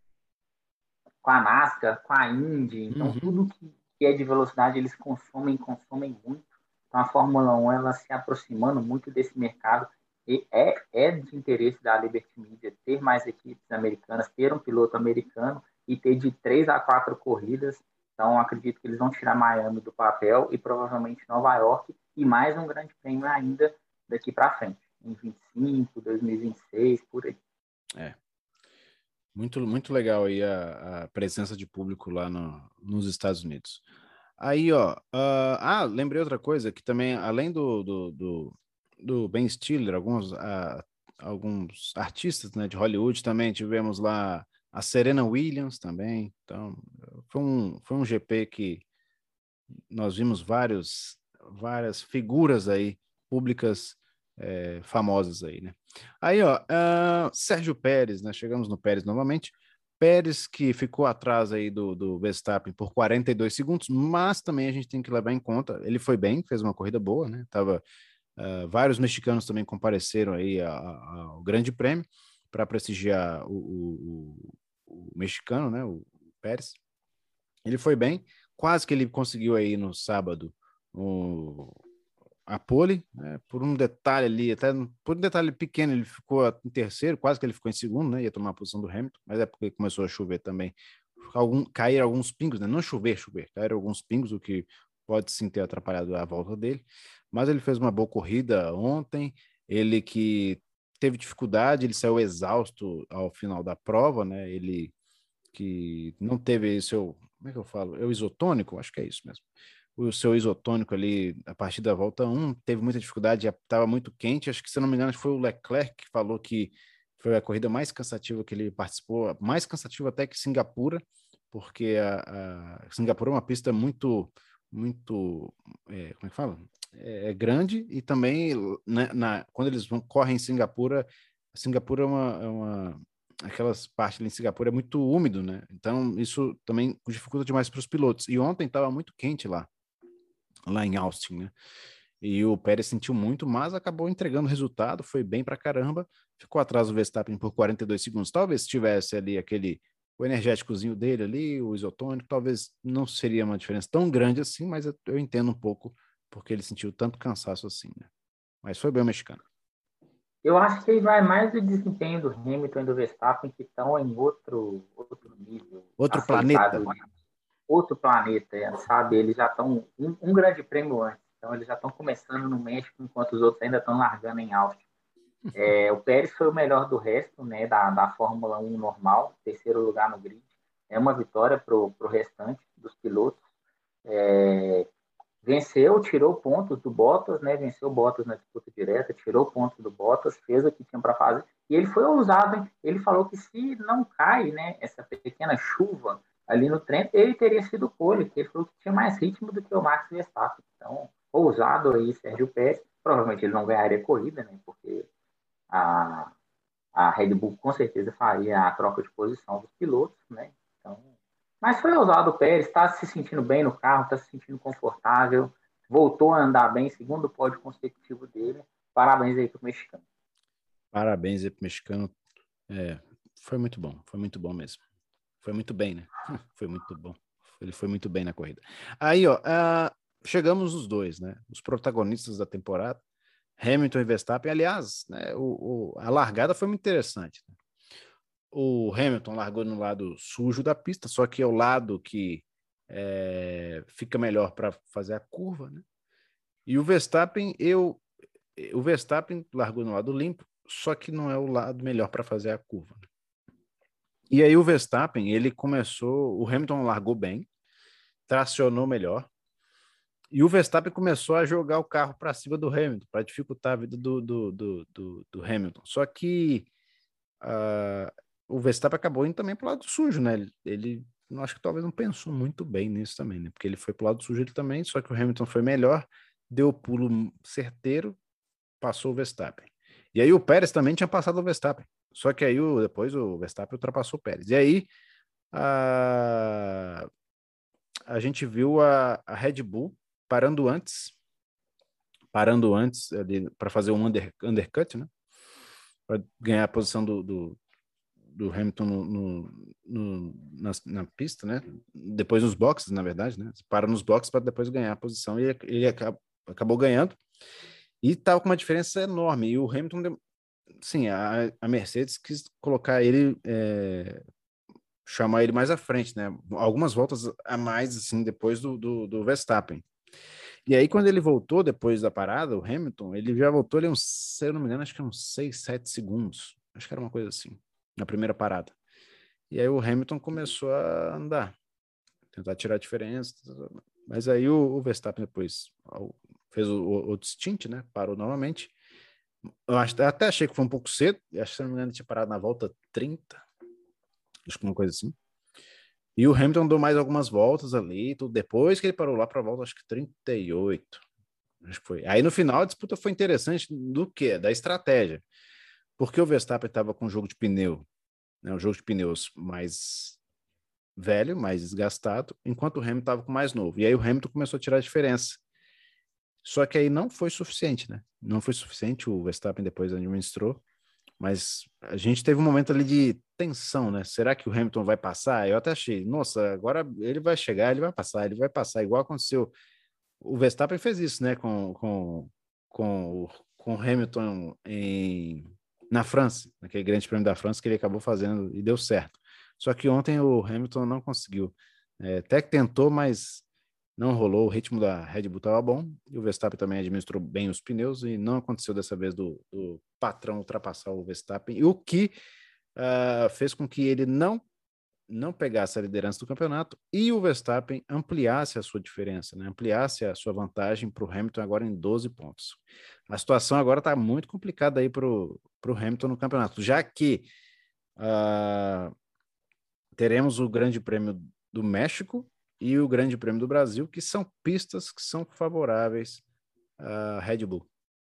com a NASCAR, com a Indy. Então, Uhum. tudo que, que é de velocidade eles consomem, consomem muito. Então, a Fórmula um ela se aproximando muito desse mercado. E é, é de interesse da Liberty Media ter mais equipes americanas, ter um piloto americano e ter de três a quatro corridas. Então, acredito que eles vão tirar Miami do papel e provavelmente Nova York e mais um grande prêmio ainda daqui para frente, em vinte e cinco, dois mil e vinte e seis, por aí. É. Muito, muito legal aí a, a presença de público lá no, nos Estados Unidos. Aí, ó. Uh, ah, lembrei outra coisa, que também, além do, do, do, do Ben Stiller, alguns, uh, alguns artistas, né, de Hollywood também, tivemos lá a Serena Williams também. Então, foi um, foi um G P que nós vimos vários, várias figuras aí, públicas, é, famosas aí, né? Aí, ó, uh, Sérgio Pérez, né? Chegamos no Pérez novamente. Pérez que ficou atrás aí do, do Verstappen por quarenta e dois segundos, mas também a gente tem que levar em conta, ele foi bem, fez uma corrida boa, né? Tava, uh, vários mexicanos também compareceram aí ao Grande Prêmio para prestigiar o, o, o, o mexicano, né? O Pérez. Ele foi bem, quase que ele conseguiu aí no sábado o, a pole, né? Por um detalhe ali, até por um detalhe pequeno, ele ficou em terceiro, quase que ele ficou em segundo, né? Ia tomar a posição do Hamilton, mas é porque começou a chover também. Algum, caíram alguns pingos, né? Não chover, chover, caíram alguns pingos, o que pode sim ter atrapalhado a volta dele, mas ele fez uma boa corrida ontem, ele que teve dificuldade, ele saiu exausto ao final da prova, né? Ele que não teve seu, como é que eu falo? É o isotônico? Acho que é isso mesmo. O seu isotônico ali, a partir da volta um, teve muita dificuldade, estava muito quente. Acho que, se não me engano, foi o Leclerc que falou que, Foi a corrida mais cansativa que ele participou, mais cansativa até que Singapura, porque a, a Singapura é uma pista muito, muito, é, como é que fala? É, é grande e também, né, na, quando eles vão, correm em Singapura, Singapura é uma, é uma aquelas partes ali em Singapura é muito úmido, né? Então isso também dificulta demais para os pilotos. E ontem estava muito quente lá, lá em Austin, né? E o Pérez sentiu muito, mas acabou entregando o resultado, foi bem pra caramba, ficou atrás do Verstappen por quarenta e dois segundos. Talvez se tivesse ali aquele, o energéticozinho dele ali, o isotônico, talvez não seria uma diferença tão grande assim, mas eu, eu entendo um pouco porque ele sentiu tanto cansaço assim, né? Mas foi bem o mexicano. Eu acho que vai mais o desempenho do Hamilton e do Verstappen, que estão em outro, outro nível Outro planeta. aceitável, outro planeta, sabe? Eles já estão um, um grande prêmio antes, então eles já estão começando no México, enquanto os outros ainda estão largando em Austin. É, o Pérez foi o melhor do resto, né, da, da Fórmula um normal, terceiro lugar no grid. É uma vitória para o restante dos pilotos. É, venceu, tirou pontos do Bottas, né? Venceu o Bottas na disputa direta, tirou pontos do Bottas, fez o que tinha para fazer. E ele foi ousado, hein? Ele falou que se não cai, né, essa pequena chuva ali no trem, ele teria sido pole, porque ele falou que tinha mais ritmo do que o Max Verstappen. Então, ousado aí, Sérgio Pérez. Provavelmente ele não ganharia a corrida, né? Porque a, a Red Bull com certeza faria a troca de posição dos pilotos, né? Então, mas foi ousado o Pérez, está se sentindo bem no carro, está se sentindo confortável, voltou a andar bem, segundo pódio consecutivo dele. Parabéns aí para o mexicano. Parabéns aí para o mexicano. É, foi muito bom, foi muito bom mesmo. Foi muito bem, né? Foi muito bom. Ele foi muito bem na corrida. Aí, ó, uh, chegamos os dois, né? Os protagonistas da temporada, Hamilton e Verstappen. Aliás, né, o, o, a largada foi muito interessante. Né? O Hamilton largou no lado sujo da pista, só que é o lado que é, fica melhor para fazer a curva, né? E o Verstappen, eu, o Verstappen largou no lado limpo, só que não é o lado melhor para fazer a curva. Né? E aí o Verstappen, ele começou, o Hamilton largou bem, tracionou melhor, e o Verstappen começou a jogar o carro para cima do Hamilton, para dificultar a vida do, do, do, do, do Hamilton. Só que uh, o Verstappen acabou indo também para o lado sujo, né? Ele, ele não acho que talvez não pensou muito bem nisso também, né? Porque ele foi para o lado sujo ele também, só que o Hamilton foi melhor, deu o pulo certeiro, passou o Verstappen. E aí o Pérez também tinha passado o Verstappen. Só que aí o, depois o Verstappen ultrapassou o Pérez. E aí a, a gente viu a, a Red Bull parando antes, parando antes para fazer um under, undercut, né? Para ganhar a posição do, do, do Hamilton no, no, no, na, na pista, né? Depois nos boxes, na verdade, né? Para nos boxes para depois ganhar a posição e ele, ele acabou, acabou ganhando. E estava com uma diferença enorme. E o Hamilton, sim, a, a Mercedes quis colocar ele, é, chamar ele mais à frente, né? Algumas voltas a mais, assim, depois do, do, do Verstappen. E aí, quando ele voltou depois da parada, o Hamilton, ele já voltou ali uns, se eu não me engano, acho que uns seis, sete segundos. Acho que era uma coisa assim, na primeira parada. E aí o Hamilton começou a andar, tentar tirar a diferença. Mas aí o, o Verstappen depois fez o, o, outro stint, né? Parou novamente. Eu acho, até achei que foi um pouco cedo. Acho que, se não me engano, tinha parado na volta trinta. Acho que uma coisa assim. E o Hamilton deu mais algumas voltas ali. Tudo. Depois que ele parou lá para a volta, acho que trinta e oito. Acho que foi. Aí no final a disputa foi interessante do quê? Da estratégia. Porque o Verstappen estava com um jogo de pneu, né? Um jogo de pneus mais velho, mais desgastado, enquanto o Hamilton estava com mais novo. E aí o Hamilton começou a tirar a diferença. Só que aí não foi suficiente, né? Não foi suficiente, o Verstappen depois administrou, mas a gente teve um momento ali de tensão, né? Será que o Hamilton vai passar? Eu até achei, nossa, agora ele vai chegar, ele vai passar, ele vai passar, igual aconteceu. O Verstappen fez isso, né? Com, com, com, com o Hamilton em, na França, naquele grande prêmio da França que ele acabou fazendo e deu certo. Só que ontem o Hamilton não conseguiu. É, até que tentou, mas não rolou. O ritmo da Red Bull estava bom e o Verstappen também administrou bem os pneus e não aconteceu dessa vez do, do patrão ultrapassar o Verstappen, o que uh, fez com que ele não não pegasse a liderança do campeonato e o Verstappen ampliasse a sua diferença, né? Ampliasse a sua vantagem para o Hamilton agora em doze pontos. A situação agora está muito complicada aí para o Hamilton no campeonato, já que uh, teremos o Grande Prêmio do México e o Grande Prêmio do Brasil, que são pistas que são favoráveis à Red Bull.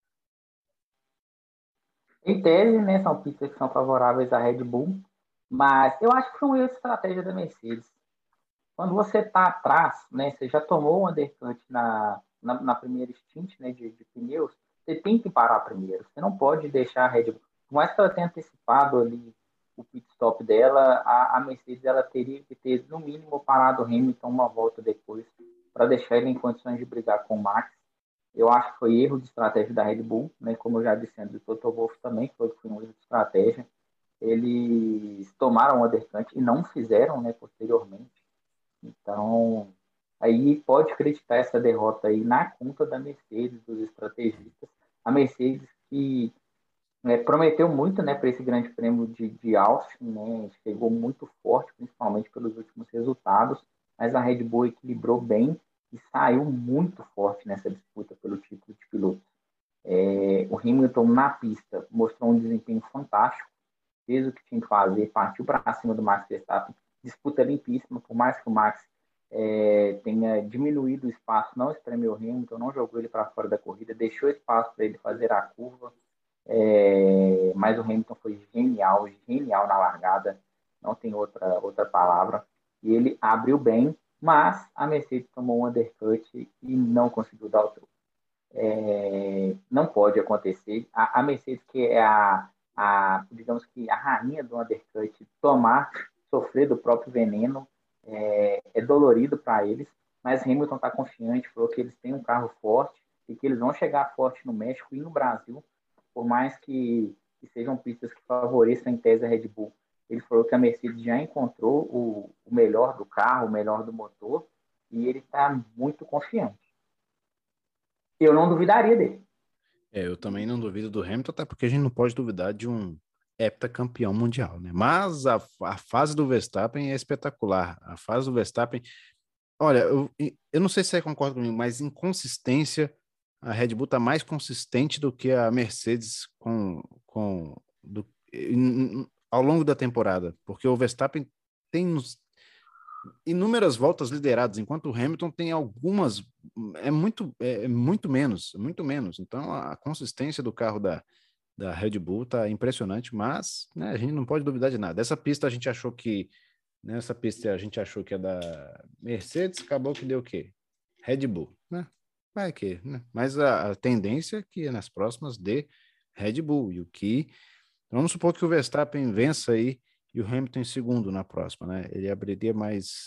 Em tese, né, são pistas que são favoráveis à Red Bull, mas eu acho que foi um erro de estratégia da Mercedes. Quando você está atrás, né, você já tomou um undercut na, na, na primeira stint, né, de, de pneus, você tem que parar primeiro. Você não pode deixar a Red Bull. Por mais que ela tenha antecipado ali o pit stop dela, a, a Mercedes ela teria que ter, no mínimo, parado o Hamilton uma volta depois para deixar ele em condições de brigar com o Max. Eu acho que foi erro de estratégia da Red Bull, né, como eu já disse antes, o Toto Wolff também foi, foi um erro de estratégia. Eles tomaram o undercut e não fizeram, né, posteriormente. Então, aí pode criticar essa derrota aí na conta da Mercedes, dos estrategistas. A Mercedes que é, prometeu muito, né, para esse grande prêmio de, de Austin, né, chegou muito forte, principalmente pelos últimos resultados, mas a Red Bull equilibrou bem e saiu muito forte nessa disputa pelo título de piloto. É, o Hamilton na pista mostrou um desempenho fantástico, fez o que tinha que fazer, partiu para cima do Max Verstappen, disputa limpíssima, por mais que o Max é, tenha diminuído o espaço, não espremeu o Hamilton, não jogou ele para fora da corrida, deixou espaço para ele fazer a curva, é, mas o Hamilton foi genial, genial na largada, não tem outra, outra palavra, e ele abriu bem, mas a Mercedes tomou um undercut e não conseguiu dar o troco. É, não pode acontecer. A, a Mercedes, que é a, a, digamos que a rainha do undercut, tomar, sofrer do próprio veneno, é, é dolorido para eles, mas Hamilton está confiante, falou que eles têm um carro forte e que eles vão chegar forte no México e no Brasil, por mais que, que sejam pistas que favoreçam em tese a Red Bull. Ele falou que a Mercedes já encontrou o, o melhor do carro, o melhor do motor, e ele está muito confiante. Eu não duvidaria dele. É, eu também não duvido do Hamilton, até porque a gente não pode duvidar de um heptacampeão mundial, né? Mas a, a fase do Verstappen é espetacular. A fase do Verstappen, olha, eu, eu não sei se você concorda comigo, mas em consistência, a Red Bull está mais consistente do que a Mercedes com, com do, in, ao longo da temporada, porque o Verstappen tem nos, inúmeras voltas lideradas, enquanto o Hamilton tem algumas, é muito, é, é muito menos, muito menos. Então a consistência do carro da, da Red Bull tá impressionante, mas né, a gente não pode duvidar de nada. Essa pista a gente achou que, nessa pista a gente achou que é da Mercedes, acabou que deu o quê? Red Bull, né? Vai que, né? Mas a, a tendência é que nas próximas dê Red Bull, e o que, vamos supor que o Verstappen vença aí e o Hamilton em segundo na próxima, né? Ele abriria mais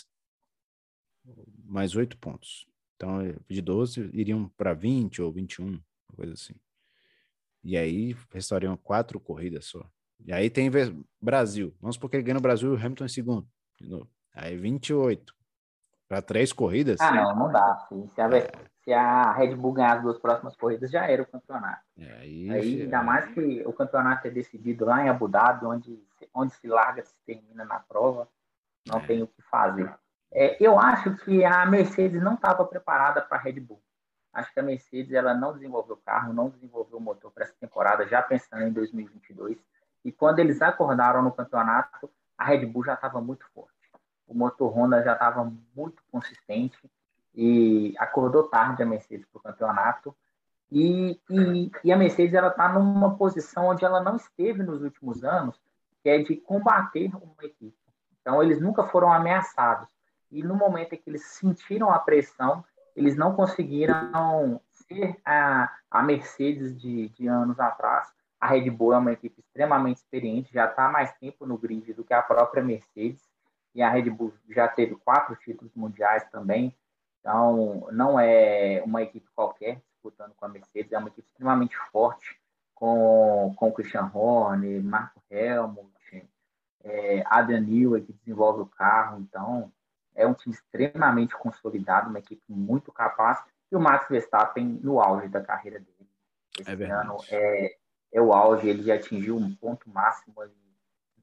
mais oito pontos. Então, de doze iriam para vinte ou vinte e um, uma coisa assim. E aí, restariam quatro corridas só. E aí tem Brasil. Vamos supor que ele ganha no Brasil e o Hamilton em segundo. De novo. Aí vinte e oito. Para três corridas? Ah, não, não dá. Se, se, a, É, se a Red Bull ganhar as duas próximas corridas, já era o campeonato. é, aí, Aí, ainda aí, mais que o campeonato é decidido lá em Abu Dhabi, onde, onde se larga, se termina na prova, não tem é, o que fazer. É, eu acho que a Mercedes não estava preparada para a Red Bull. Acho que a Mercedes ela não desenvolveu o carro, não desenvolveu o motor para essa temporada, já pensando em dois mil e vinte e dois. E quando eles acordaram no campeonato, a Red Bull já estava muito forte. O motor Honda já estava muito consistente e acordou tarde a Mercedes para o campeonato. E, e, e, a Mercedes ela está numa posição onde ela não esteve nos últimos anos, que é de combater uma equipe. Então, eles nunca foram ameaçados. E no momento em que eles sentiram a pressão, eles não conseguiram ser a, a Mercedes de, de anos atrás. A Red Bull é uma equipe extremamente experiente, já está há mais tempo no grid do que a própria Mercedes. E a Red Bull já teve quatro títulos mundiais também. Então, não é uma equipe qualquer disputando com a Mercedes, é uma equipe extremamente forte, com, com Christian Horner, Marco Helmut, é, Adrian Newey, que desenvolve o carro. Então, é um time extremamente consolidado, uma equipe muito capaz, e o Max Verstappen no auge da carreira dele. é Esse ano verdade. é, é o auge, ele já atingiu um ponto máximo ali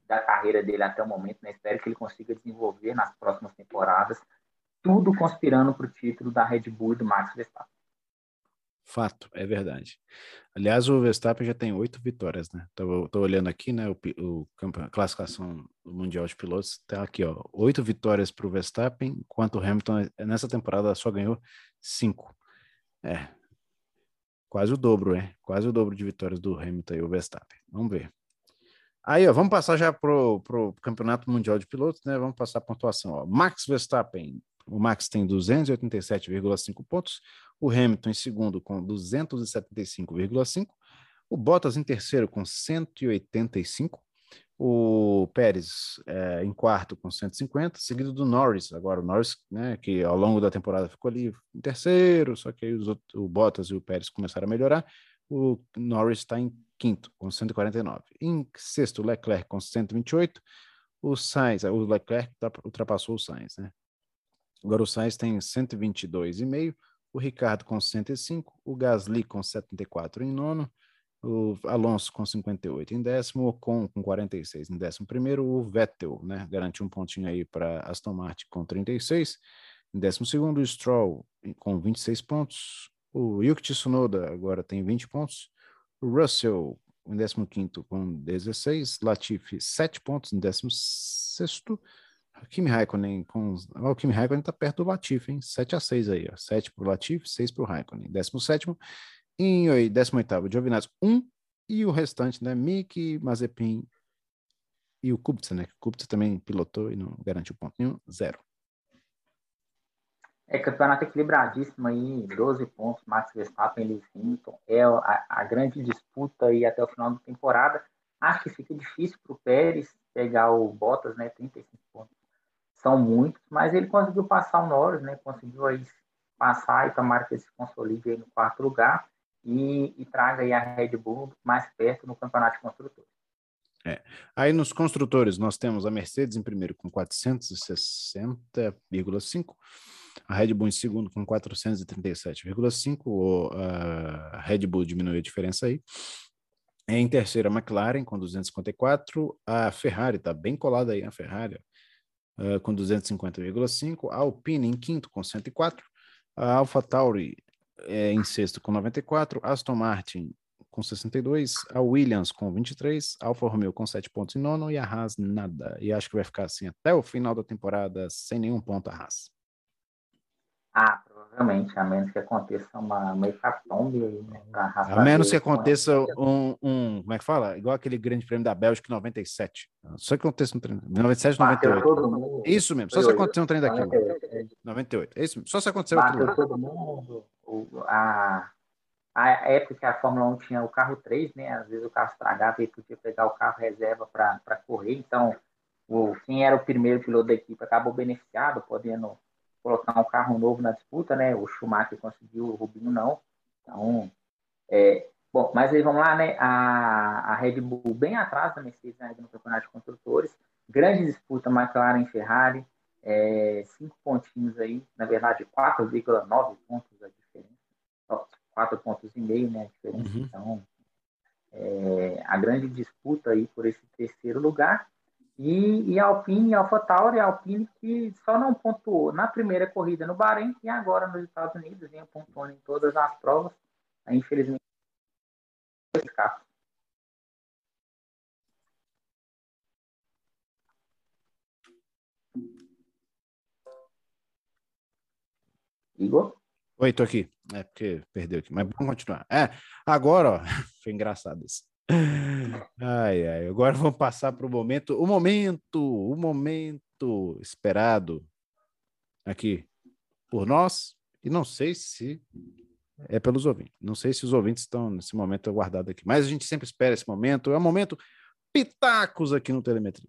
da carreira dele até o momento, né? Espero que ele consiga desenvolver nas próximas temporadas, tudo conspirando para o título da Red Bull e do Max Verstappen. Fato, é verdade. Aliás, o Verstappen já tem oito vitórias, né? Tô, tô olhando aqui, né? O, o a classificação do Mundial de Pilotos tá aqui, ó. Oito vitórias para o Verstappen, enquanto o Hamilton nessa temporada só ganhou cinco. É, quase o dobro, é? Quase o dobro de vitórias do Hamilton e o Verstappen. Vamos ver. Aí, ó, vamos passar já pro, pro Campeonato Mundial de Pilotos, né? Vamos passar a pontuação, ó. Max Verstappen, o Max tem duzentos e oitenta e sete vírgula cinco pontos, o Hamilton em segundo com duzentos e setenta e cinco vírgula cinco, o Bottas em terceiro com cento e oitenta e cinco, o Pérez é, em quarto com cento e cinquenta, seguido do Norris. Agora o Norris, né, que ao longo da temporada ficou ali em terceiro, só que aí os outros, o Bottas e o Pérez começaram a melhorar. O Norris está em quinto com cento e quarenta e nove. Em sexto, o Leclerc com cento e vinte e oito. O Sainz, o Leclerc ultrapassou o Sainz, né? Agora o Sainz tem cento e vinte e dois vírgula cinco, o Ricardo com cento e cinco, o Gasly com setenta e quatro em nono, o Alonso com cinquenta e oito em décimo, o Ocon com quarenta e seis em décimo primeiro, o Vettel, né, garantiu um pontinho aí para Aston Martin com trinta e seis, em décimo segundo, o Stroll com vinte e seis pontos, o Yuki Tsunoda agora tem vinte pontos, o Russell em décimo quinto com dezesseis, Latifi sete pontos em décimo sexto, Kimi Raikkonen com... O Kimi Raikkonen tá perto do Latifi, hein? sete a seis aí, ó. sete pro Latifi, seis pro Raikkonen. décimo sétimo. Em décimo oitavo, Giovinazzi, um. E o restante, né? Mick, Mazepin e o Kubica, né? O Kubica também pilotou e não garantiu ponto nenhum. Zero. É campeonato equilibradíssimo aí, doze pontos, Max Verstappen, Lewis Hamilton. É a, a grande disputa aí até o final da temporada. Acho que fica difícil pro Pérez pegar o Bottas, né? trinta e cinco pontos. São muitos, mas ele conseguiu passar o Norris, né? Conseguiu aí passar e tomara que ele se consolide aí no quarto lugar e, e traga aí a Red Bull mais perto no campeonato de construtores. É. Aí nos construtores nós temos a Mercedes em primeiro com quatrocentos e sessenta vírgula cinco, a Red Bull em segundo com quatrocentos e trinta e sete vírgula cinco, a Red Bull diminuiu a diferença aí. Em terceiro a McLaren com duzentos e cinquenta e quatro, a Ferrari está bem colada aí, a Ferrari Uh, com duzentos e cinquenta vírgula cinco, a Alpine em quinto com cento e quatro, a AlphaTauri é, em sexto com noventa e quatro, a Aston Martin com sessenta e dois, a Williams com vinte e três, a Alfa Romeo com sete pontos em nono e a Haas nada. E acho que vai ficar assim até o final da temporada sem nenhum ponto a Haas. Ah, provavelmente, a menos que aconteça uma, uma hecatombe aí, né? A menos que aconteça um, um, como é que fala? Igual aquele grande prêmio da Bélgica em noventa e sete. Só que aconteça um treino. noventa e sete, noventa e oito. Todo mundo. Isso mesmo, só se acontecer um treino daquilo. noventa e oito. É isso mesmo, só se acontecer outro lugar. Todo mundo. O, a, a época que a Fórmula um tinha o carro três, né? Às vezes o carro estragava e podia pegar o carro reserva para correr. Então, o, quem era o primeiro piloto da equipe acabou beneficiado, podendo colocar um carro novo na disputa, né? O Schumacher conseguiu, o Rubinho não. Então, é, bom, mas aí vamos lá, né? A, a Red Bull bem atrás da Mercedes, né, no campeonato de construtores. Grande disputa McLaren e Ferrari, é, cinco pontinhos aí, na verdade, quatro vírgula nove pontos a diferença. Quatro pontos e meio, né? A diferença. Uhum. Então, é, a grande disputa aí por esse terceiro lugar. E, e a Alpine e a AlphaTauri, a Alpine que só não pontuou na primeira corrida no Bahrein e agora nos Estados Unidos, vem pontuando em todas as provas. Aí, infelizmente, Igor? Oi, tô aqui. É porque perdeu aqui, mas vamos continuar. É, agora, ó, foi engraçado isso. Ai, ai, agora vamos passar para o momento, o momento, o momento esperado aqui por nós, e não sei se é pelos ouvintes, não sei se os ouvintes estão nesse momento aguardado aqui, mas a gente sempre espera esse momento, é o momento pitacos aqui no Telemetria.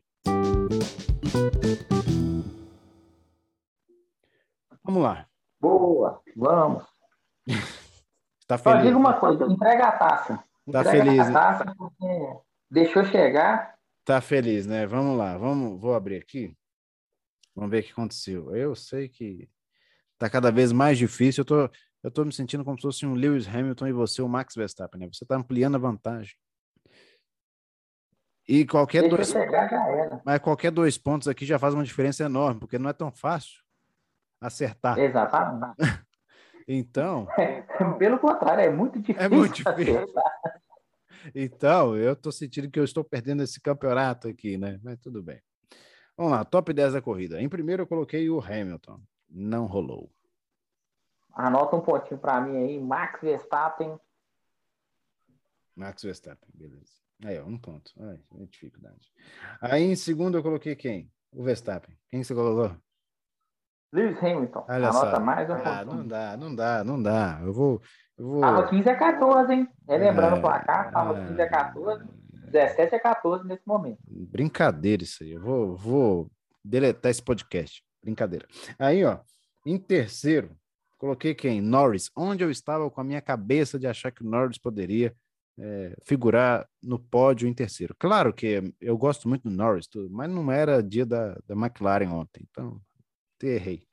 Vamos lá. Boa, vamos. Tá feliz? Só diga uma coisa, entrega a taça. Tá entrega feliz, a taça porque deixou chegar. Tá feliz, né? Vamos lá, vamos, vou abrir aqui. Vamos ver o que aconteceu. Eu sei que tá cada vez mais difícil. Eu tô, eu tô me sentindo como se fosse um Lewis Hamilton e você, o Max Verstappen, né? Você tá ampliando a vantagem. E qualquer Deixa dois, eu pegar, já era. mas qualquer dois pontos aqui já faz uma diferença enorme, porque não é tão fácil acertar. Exatamente. Então, Pelo contrário, é muito é muito difícil difícil. acertar. Então, eu estou sentindo que eu estou perdendo esse campeonato aqui, né? Mas tudo bem. Vamos lá, top dez da corrida. Em primeiro eu coloquei o Hamilton. Não rolou. Anota um pontinho para mim aí. Max Verstappen. Max Verstappen, beleza. Aí, ó, um ponto. Ai, é dificuldade. Aí em segundo eu coloquei quem? O Verstappen. Quem você colocou? Lewis Hamilton. Olha Anota só. mais um Ah, não pontinho. dá, não dá, não dá. Eu vou. Eu Tava vou. quinze a quatorze, hein? Relembrando o É, placar, tava quinze a quatorze. dezessete a quatorze nesse momento. brincadeira isso aí. Eu vou, vou deletar esse podcast. Brincadeira. Aí, ó, em terceiro, coloquei quem? Norris. Onde eu estava com a minha cabeça de achar que o Norris poderia é, figurar no pódio em terceiro. Claro que eu gosto muito do Norris, tudo, mas não era dia da, da McLaren ontem. Então, errei.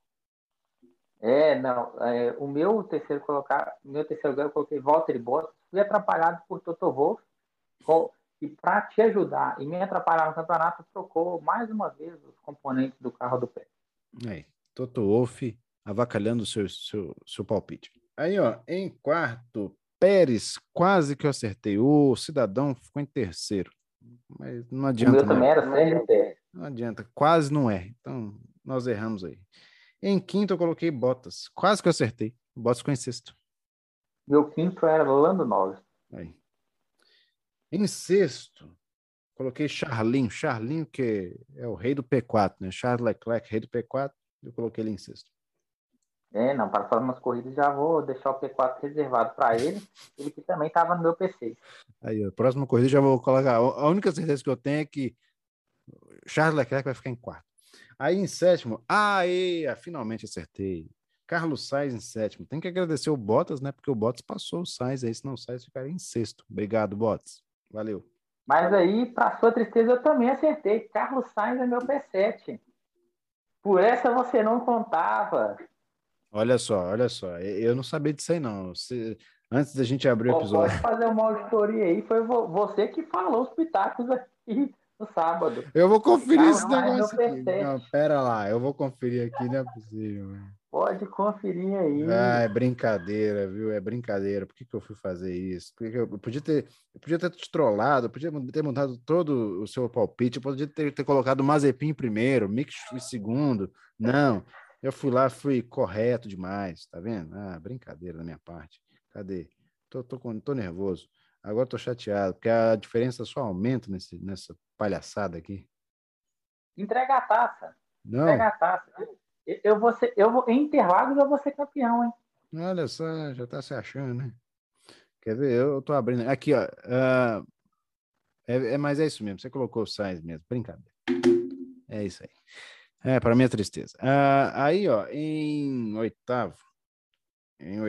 É, não. É, o meu terceiro colocar, meu terceiro lugar eu coloquei Valtteri Bottas. Fui atrapalhado por Toto Wolff. Com, e para te ajudar e me atrapalhar no campeonato, trocou mais uma vez os componentes do carro do pé. Aí, Toto Wolff avacalhando o seu, seu, seu palpite. Aí, ó, em quarto, Pérez, quase que eu acertei. O cidadão ficou em terceiro. Mas não O adianta, meu né? também era Sérgio Pérez. Não adianta, quase não é. Então, nós erramos aí. Em quinto, eu coloquei Bottas. Quase que eu acertei. O Bottas ficou em sexto. Meu quinto era Lando Norris. Aí. Em sexto, coloquei Charlinho. Charlinho, que é o rei do P quatro, né? Charles Leclerc, rei do P quatro. Eu coloquei ele em sexto. É, não, para as próximas corridas já vou deixar o P quatro reservado para ele. Ele que também estava no meu P seis. Aí, a próxima corrida já vou colocar. A única certeza que eu tenho é que Charles Leclerc vai ficar em quarto. Aí em sétimo, aê, finalmente acertei. Carlos Sainz em sétimo. Tem que agradecer o Bottas, né? Porque o Bottas passou o Sainz aí, senão o Sainz ficaria em sexto. Obrigado, Bottas. Valeu. Mas aí, para sua tristeza, eu também acertei. Carlos Sainz é meu P sete. Por essa você não contava. Olha só, olha só. Eu não sabia disso aí, não. Você, antes da gente abrir o Pô, episódio. pode fazer uma auditoria aí. Foi você que falou os pitacos aqui no sábado. Eu vou conferir Carlos esse Sainz é meu negócio aqui. P sete. Não, pera lá. Eu vou conferir aqui, não é possível. Mano. Pode conferir Ah, aí. é brincadeira, viu? É brincadeira. Por que, que eu fui fazer isso? Por que que eu, eu podia ter, eu podia ter te trollado, eu podia ter montado todo o seu palpite, eu podia ter, ter colocado o Mazepin em primeiro, Mick em segundo. Não, eu fui lá, fui correto demais, tá vendo? Ah, brincadeira da minha parte. Cadê? Tô, tô, com- tô nervoso. Agora tô chateado, porque a diferença só aumenta nesse, nessa palhaçada aqui. Entrega a taça. Entrega Não, a taça. Eu, eu vou ser, eu vou, em Interlagos eu vou ser campeão, hein? olha só, já tá se achando, né? Quer ver? Eu tô abrindo. Aqui, ó. ah, É, é, mas é isso mesmo, você colocou o Sainz mesmo, brincadeira. É isso aí. É, para minha tristeza. Ah, aí, ó, em oitavo, em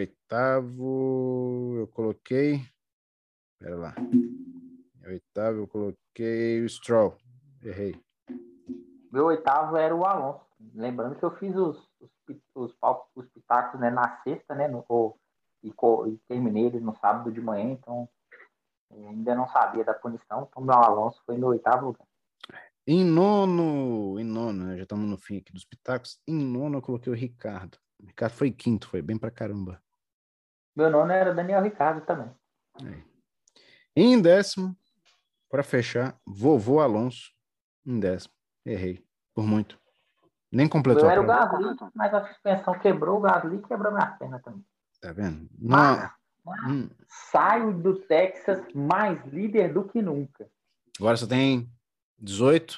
oitavo eu coloquei, pera lá, em oitavo eu coloquei o Stroll, errei. Meu oitavo era o Alonso. Lembrando que eu fiz os, os, os, os pitacos, né, na sexta, né? No, ou, e, e terminei eles no sábado de manhã, então ainda não sabia da punição. Então, meu Alonso foi no oitavo lugar. Em nono, em nono, né, já estamos no fim aqui dos pitacos, em nono eu coloquei o Ricardo. O Ricardo foi quinto, foi bem pra caramba. Meu nono era Daniel Ricciardo também. É. Em décimo, para fechar, vovô Alonso, em décimo, errei, por muito. Nem O meu completou a era o prova. Gasly, mas a suspensão quebrou, o Gasly quebrou minha perna também. Tá vendo? Mas, Não, hum, saio do Texas mais líder do que nunca. agora só tem dezoito.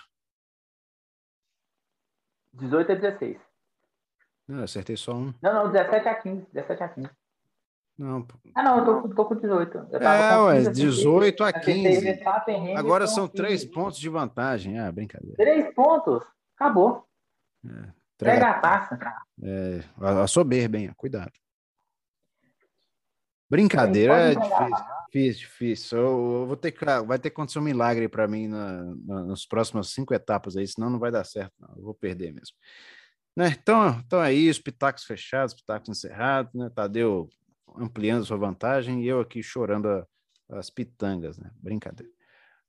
dezoito a dezesseis. Não, eu acertei só um. Não, não, dezessete a quinze. dezessete a quinze. Não. Ah, não, eu tô, tô com dezoito. Eu tava É, com ué, quinze, acertei. dezoito a Acertei quinze. Verstappen, Hamilton Agora são e... três pontos de vantagem. Ah, brincadeira. Três pontos. Acabou. É, Pega entrega, a taça. é, a, a soberba, hein? Cuidado. Aí, Brincadeira pode é entregar a difícil, taça. difícil, difícil. Eu, eu vou ter que, vai ter que acontecer um milagre para mim na, na, nas próximas cinco etapas aí, senão não vai dar certo, não. Eu vou perder mesmo. Né? Então, então é isso, pitacos fechados, pitacos encerrados, né? Tadeu ampliando sua vantagem e eu aqui chorando a, as pitangas, né? Brincadeira.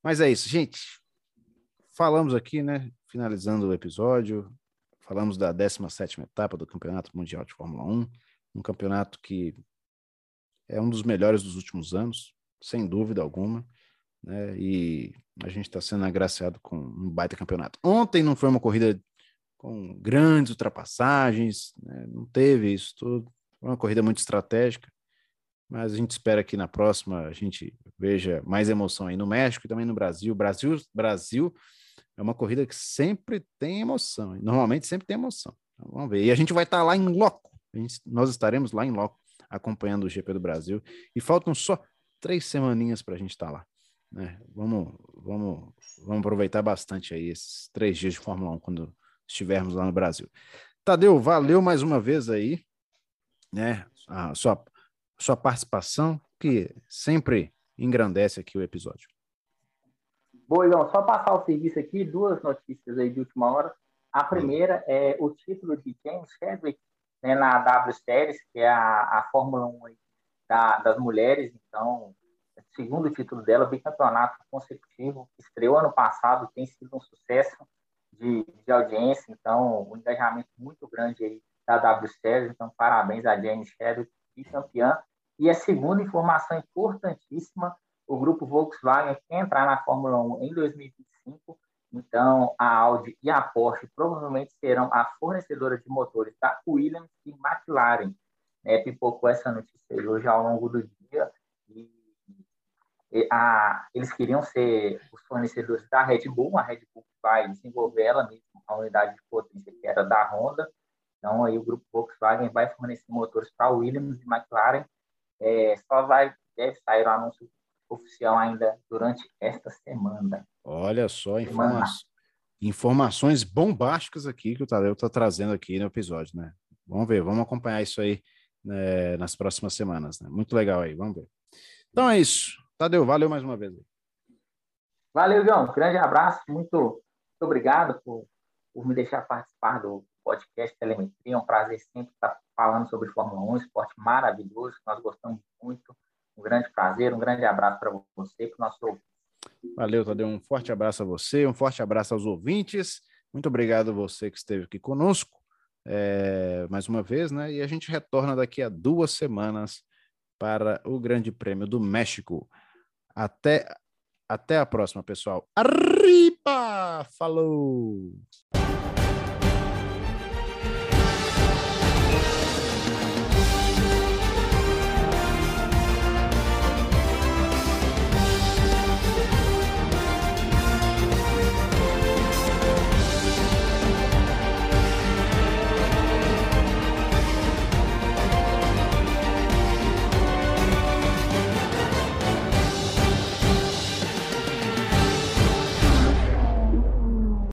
Mas é isso, gente. Falamos aqui, né? Finalizando o episódio, falamos da décima sétima etapa do Campeonato Mundial de Fórmula um, um campeonato que é um dos melhores dos últimos anos, sem dúvida alguma, né? E a gente está sendo agraciado com um baita campeonato. Ontem não foi uma corrida com grandes ultrapassagens, né? Não teve isso tudo, foi uma corrida muito estratégica, mas a gente espera que na próxima a gente veja mais emoção aí no México e também no Brasil. Brasil, Brasil é uma corrida que sempre tem emoção, normalmente sempre tem emoção. Então, vamos ver. E a gente vai estar lá em loco, a gente, nós estaremos lá em loco acompanhando o G P do Brasil, e faltam só três semaninhas para a gente estar lá, né? Vamos, vamos, vamos aproveitar bastante aí esses três dias de Fórmula um quando estivermos lá no Brasil. Tadeu, valeu mais uma vez aí, né? A sua, sua participação, que sempre engrandece aqui o episódio. Boa, Igão, só passar o serviço aqui, duas notícias aí de última hora. A primeira é o título de James Chadwick, né, na W Series, que é a, a Fórmula um da, das mulheres. Então, segundo título dela, bicampeonato consecutivo, estreou ano passado, tem sido um sucesso de, de audiência, então um engajamento muito grande aí da W Series, então parabéns a James Chadwick, bicampeã. E a segunda informação importantíssima, o grupo Volkswagen quer entrar na Fórmula um em dois mil e vinte e cinco, então a Audi e a Porsche provavelmente serão a fornecedora de motores da Williams e McLaren. É, pipocou essa notícia hoje ao longo do dia, e, e a, eles queriam ser os fornecedores da Red Bull, a Red Bull vai desenvolver ela mesma, a unidade de potência que era da Honda. Então aí o grupo Volkswagen vai fornecer motores para Williams e McLaren. É, só vai, deve sair o anúncio oficial ainda durante esta semana. Olha só, informa informações bombásticas aqui que o Tadeu está trazendo aqui no episódio, né? Vamos ver, vamos acompanhar isso aí, né, nas próximas semanas, né? Muito legal aí, vamos ver. Então é isso. Tadeu, valeu mais uma vez. Valeu, João. Grande abraço. Muito, muito obrigado por, por me deixar participar do podcast Telemetria. É um prazer sempre estar falando sobre Fórmula um, um esporte maravilhoso, que nós gostamos muito. Um grande prazer, um grande abraço para você, para o nosso ouvinte. Valeu, Tadeu. Um forte abraço a você, um forte abraço aos ouvintes. Muito obrigado a você que esteve aqui conosco, é, mais uma vez, né? E a gente retorna daqui a duas semanas para o Grande Prêmio do México. Até, até a próxima, pessoal. Arriba! Falou!